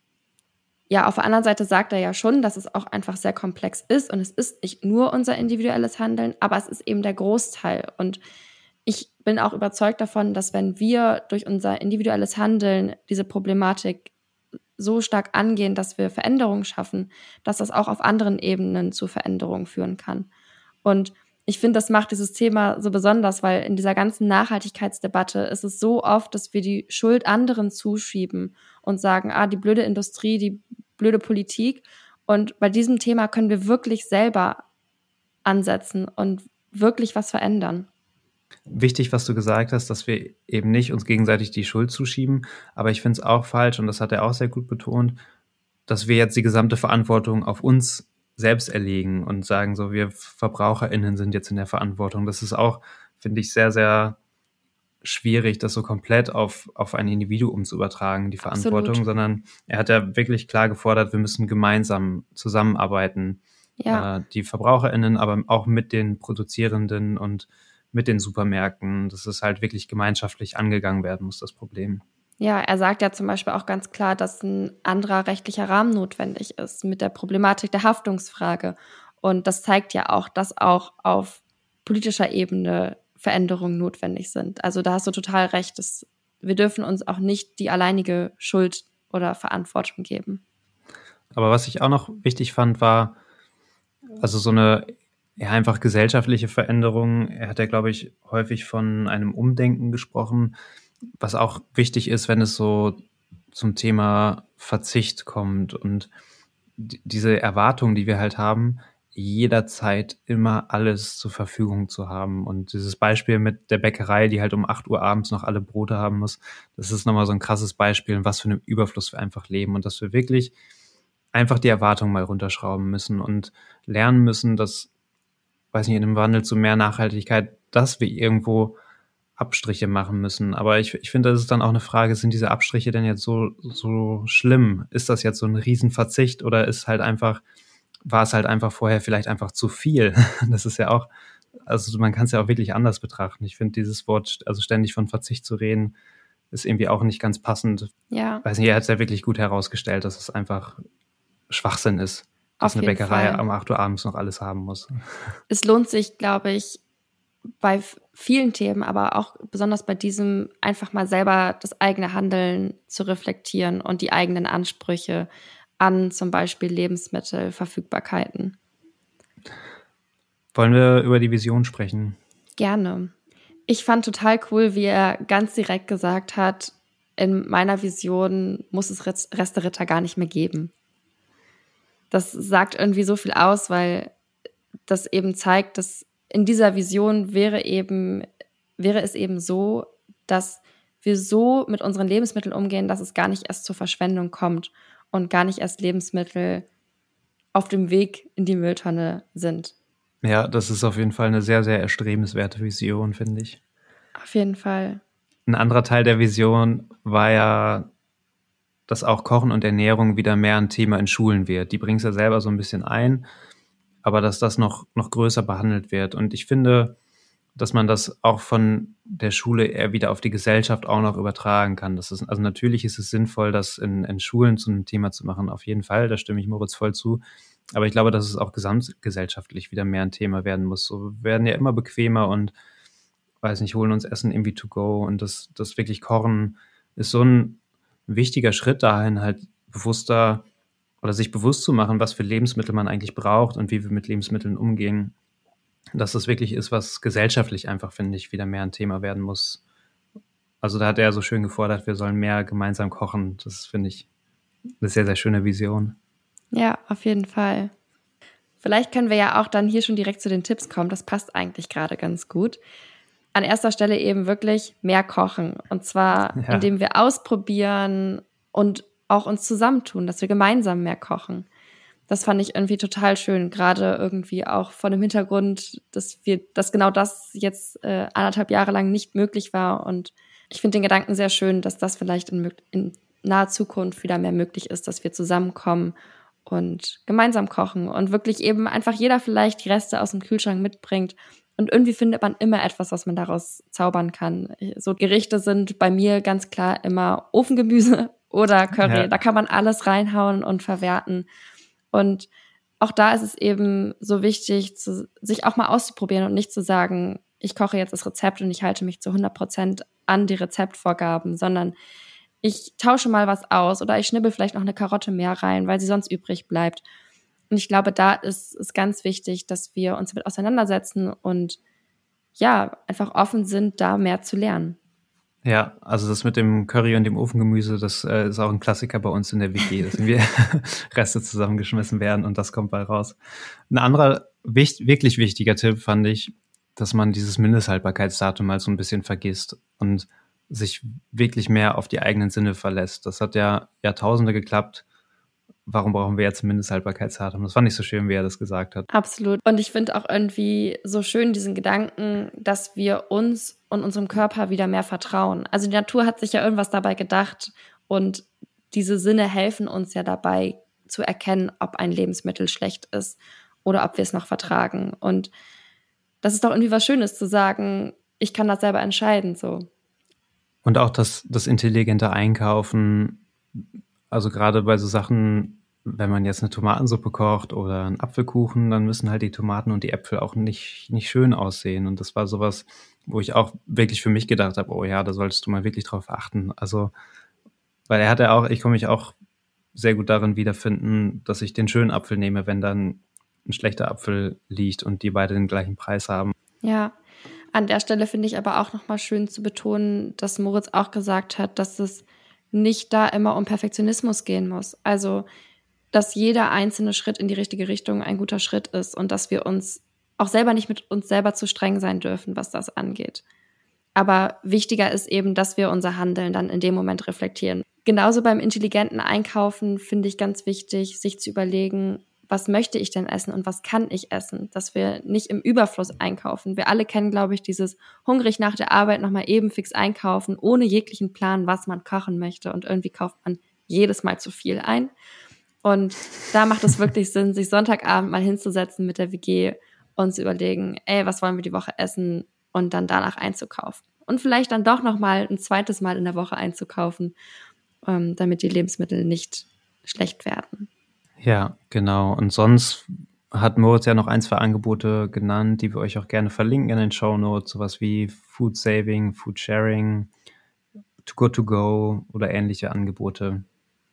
Ja, auf der anderen Seite sagt er ja schon, dass es auch einfach sehr komplex ist und es ist nicht nur unser individuelles Handeln, aber es ist eben der Großteil. Und ich bin auch überzeugt davon, dass wenn wir durch unser individuelles Handeln diese Problematik so stark angehen, dass wir Veränderungen schaffen, dass das auch auf anderen Ebenen zu Veränderungen führen kann. Und ich finde, das macht dieses Thema so besonders, weil in dieser ganzen Nachhaltigkeitsdebatte ist es so oft, dass wir die Schuld anderen zuschieben und sagen, ah, die blöde Industrie, die blöde Politik. Und bei diesem Thema können wir wirklich selber ansetzen und wirklich was verändern. Wichtig, was du gesagt hast, dass wir eben nicht uns gegenseitig die Schuld zuschieben, aber ich finde es auch falsch, und das hat er auch sehr gut betont, dass wir jetzt die gesamte Verantwortung auf uns selbst erlegen und sagen, so, wir VerbraucherInnen sind jetzt in der Verantwortung. Das ist auch, finde ich, sehr, sehr schwierig, das so komplett auf, auf ein Individuum zu übertragen, die Verantwortung, Absolut. sondern er hat ja wirklich klar gefordert, wir müssen gemeinsam zusammenarbeiten. Ja. Äh, die VerbraucherInnen, aber auch mit den Produzierenden und mit den Supermärkten, dass es halt wirklich gemeinschaftlich angegangen werden muss, das Problem. Ja, er sagt ja zum Beispiel auch ganz klar, dass ein anderer rechtlicher Rahmen notwendig ist mit der Problematik der Haftungsfrage. Und das zeigt ja auch, dass auch auf politischer Ebene Veränderungen notwendig sind. Also da hast du total recht. Dass wir dürfen uns auch nicht die alleinige Schuld oder Verantwortung geben. Aber was ich auch noch wichtig fand, war also so eine ja, einfach gesellschaftliche Veränderung. Er hat ja, glaube ich, häufig von einem Umdenken gesprochen, was auch wichtig ist, wenn es so zum Thema Verzicht kommt und d- diese Erwartung, die wir halt haben, jederzeit immer alles zur Verfügung zu haben. Und dieses Beispiel mit der Bäckerei, die halt um acht Uhr abends noch alle Brote haben muss, das ist nochmal so ein krasses Beispiel, in was für einem Überfluss wir einfach leben und dass wir wirklich einfach die Erwartung mal runterschrauben müssen und lernen müssen, dass, weiß nicht, in dem Wandel zu mehr Nachhaltigkeit, dass wir irgendwo Abstriche machen müssen. Aber ich, ich finde, das ist dann auch eine Frage, sind diese Abstriche denn jetzt so, so schlimm? Ist das jetzt so ein Riesenverzicht oder ist halt einfach, war es halt einfach vorher vielleicht einfach zu viel? Das ist ja auch, also man kann es ja auch wirklich anders betrachten. Ich finde dieses Wort, also ständig von Verzicht zu reden, ist irgendwie auch nicht ganz passend. Ja, Weiß nicht, er hat es ja wirklich gut herausgestellt, dass es einfach Schwachsinn ist, dass auf eine jeden Bäckerei Fall. um acht Uhr abends noch alles haben muss. Es lohnt sich, glaube ich, bei f- vielen Themen, aber auch besonders bei diesem, einfach mal selber das eigene Handeln zu reflektieren und die eigenen Ansprüche an zum Beispiel Lebensmittelverfügbarkeiten. Wollen wir über die Vision sprechen? Gerne. Ich fand total cool, wie er ganz direkt gesagt hat, in meiner Vision muss es Rest- Reste-Ritter gar nicht mehr geben. Das sagt irgendwie so viel aus, weil das eben zeigt, dass in dieser Vision wäre eben, wäre es eben so, dass wir so mit unseren Lebensmitteln umgehen, dass es gar nicht erst zur Verschwendung kommt und gar nicht erst Lebensmittel auf dem Weg in die Mülltonne sind. Ja, das ist auf jeden Fall eine sehr, sehr erstrebenswerte Vision, finde ich. Auf jeden Fall. Ein anderer Teil der Vision war ja, dass auch Kochen und Ernährung wieder mehr ein Thema in Schulen wird. Die bringen es ja selber so ein bisschen ein, aber dass das noch, noch größer behandelt wird. Und ich finde, dass man das auch von der Schule eher wieder auf die Gesellschaft auch noch übertragen kann. Das ist, also natürlich ist es sinnvoll, das in, in Schulen zu einem Thema zu machen, auf jeden Fall, da stimme ich Moritz voll zu. Aber ich glaube, dass es auch gesamtgesellschaftlich wieder mehr ein Thema werden muss. So, wir werden ja immer bequemer und, weiß nicht, holen uns Essen irgendwie to go und das, das wirklich Kochen ist so ein wichtiger Schritt dahin, halt bewusster oder sich bewusst zu machen, was für Lebensmittel man eigentlich braucht und wie wir mit Lebensmitteln umgehen. Dass das wirklich ist, was gesellschaftlich einfach, finde ich, wieder mehr ein Thema werden muss. Also da hat er so schön gefordert, wir sollen mehr gemeinsam kochen. Das finde ich eine sehr, sehr schöne Vision. Ja, auf jeden Fall. Vielleicht können wir ja auch dann hier schon direkt zu den Tipps kommen. Das passt eigentlich gerade ganz gut. An erster Stelle eben wirklich mehr kochen. Und zwar, ja. indem wir ausprobieren und auch uns zusammentun, dass wir gemeinsam mehr kochen. Das fand ich irgendwie total schön, gerade irgendwie auch vor dem Hintergrund, dass wir, dass genau das jetzt äh, anderthalb Jahre lang nicht möglich war. Und ich finde den Gedanken sehr schön, dass das vielleicht in, in naher Zukunft wieder mehr möglich ist, dass wir zusammenkommen und gemeinsam kochen und wirklich eben einfach jeder vielleicht die Reste aus dem Kühlschrank mitbringt. Und irgendwie findet man immer etwas, was man daraus zaubern kann. So Gerichte sind bei mir ganz klar immer Ofengemüse oder Curry. Ja. Da kann man alles reinhauen und verwerten. Und auch da ist es eben so wichtig, zu, sich auch mal auszuprobieren und nicht zu sagen, ich koche jetzt das Rezept und ich halte mich zu hundert Prozent an die Rezeptvorgaben, sondern ich tausche mal was aus oder ich schnibbel vielleicht noch eine Karotte mehr rein, weil sie sonst übrig bleibt. Und ich glaube, da ist es ganz wichtig, dass wir uns damit auseinandersetzen und ja, einfach offen sind, da mehr zu lernen. Ja, also das mit dem Curry und dem Ofengemüse, das äh, ist auch ein Klassiker bei uns in der W G, dass wir Reste zusammengeschmissen werden und das kommt bei raus. Ein anderer wichtig, wirklich wichtiger Tipp fand ich, dass man dieses Mindesthaltbarkeitsdatum mal so ein bisschen vergisst und sich wirklich mehr auf die eigenen Sinne verlässt. Das hat ja Jahrtausende geklappt. Warum brauchen wir jetzt ein Mindesthaltbarkeitsdatum? Das fand ich so schön, wie er das gesagt hat. Absolut. Und ich finde auch irgendwie so schön diesen Gedanken, dass wir uns und unserem Körper wieder mehr vertrauen. Also die Natur hat sich ja irgendwas dabei gedacht und diese Sinne helfen uns ja dabei zu erkennen, ob ein Lebensmittel schlecht ist oder ob wir es noch vertragen. Und das ist doch irgendwie was Schönes zu sagen, ich kann das selber entscheiden, so. Und auch das, das intelligente Einkaufen, also gerade bei so Sachen, wenn man jetzt eine Tomatensuppe kocht oder einen Apfelkuchen, dann müssen halt die Tomaten und die Äpfel auch nicht, nicht schön aussehen. Und das war sowas, wo ich auch wirklich für mich gedacht habe, oh ja, da solltest du mal wirklich drauf achten. Also, weil er hat ja auch, ich komme mich auch sehr gut darin wiederfinden, dass ich den schönen Apfel nehme, wenn dann ein schlechter Apfel liegt und die beide den gleichen Preis haben. Ja. An der Stelle finde ich aber auch nochmal schön zu betonen, dass Moritz auch gesagt hat, dass es nicht da immer um Perfektionismus gehen muss. Also, dass jeder einzelne Schritt in die richtige Richtung ein guter Schritt ist und dass wir uns auch selber nicht mit uns selber zu streng sein dürfen, was das angeht. Aber wichtiger ist eben, dass wir unser Handeln dann in dem Moment reflektieren. Genauso beim intelligenten Einkaufen finde ich ganz wichtig, sich zu überlegen, was möchte ich denn essen und was kann ich essen, dass wir nicht im Überfluss einkaufen. Wir alle kennen, glaube ich, dieses hungrig nach der Arbeit nochmal eben fix einkaufen, ohne jeglichen Plan, was man kochen möchte. Und irgendwie kauft man jedes Mal zu viel ein. Und da macht es wirklich Sinn, sich Sonntagabend mal hinzusetzen mit der W G und zu überlegen, ey, was wollen wir die Woche essen und dann danach einzukaufen. Und vielleicht dann doch nochmal ein zweites Mal in der Woche einzukaufen, ähm, damit die Lebensmittel nicht schlecht werden. Ja, genau. Und sonst hat Moritz ja noch ein, zwei Angebote genannt, die wir euch auch gerne verlinken in den Shownotes, sowas wie Food Saving, Food Sharing, To Go To Go oder ähnliche Angebote.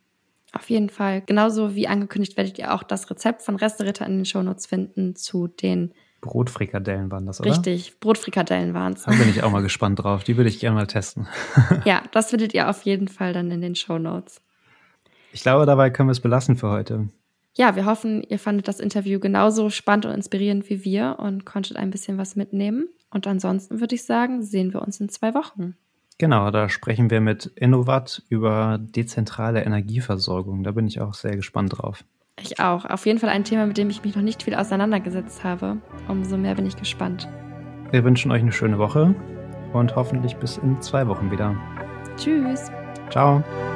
Auf jeden Fall. Genauso wie angekündigt werdet ihr auch das Rezept von Reste-Ritter in den Shownotes finden zu den Brotfrikadellen waren das, oder? Richtig, Brotfrikadellen waren es. Da bin ich auch mal gespannt drauf. Die würde ich gerne mal testen. Ja, das findet ihr auf jeden Fall dann in den Shownotes. Ich glaube, dabei können wir es belassen für heute. Ja, wir hoffen, ihr fandet das Interview genauso spannend und inspirierend wie wir und konntet ein bisschen was mitnehmen. Und ansonsten würde ich sagen, sehen wir uns in zwei Wochen. Genau, da sprechen wir mit Innovat über dezentrale Energieversorgung. Da bin ich auch sehr gespannt drauf. Ich auch. Auf jeden Fall ein Thema, mit dem ich mich noch nicht viel auseinandergesetzt habe. Umso mehr bin ich gespannt. Wir wünschen euch eine schöne Woche und hoffentlich bis in zwei Wochen wieder. Tschüss. Ciao.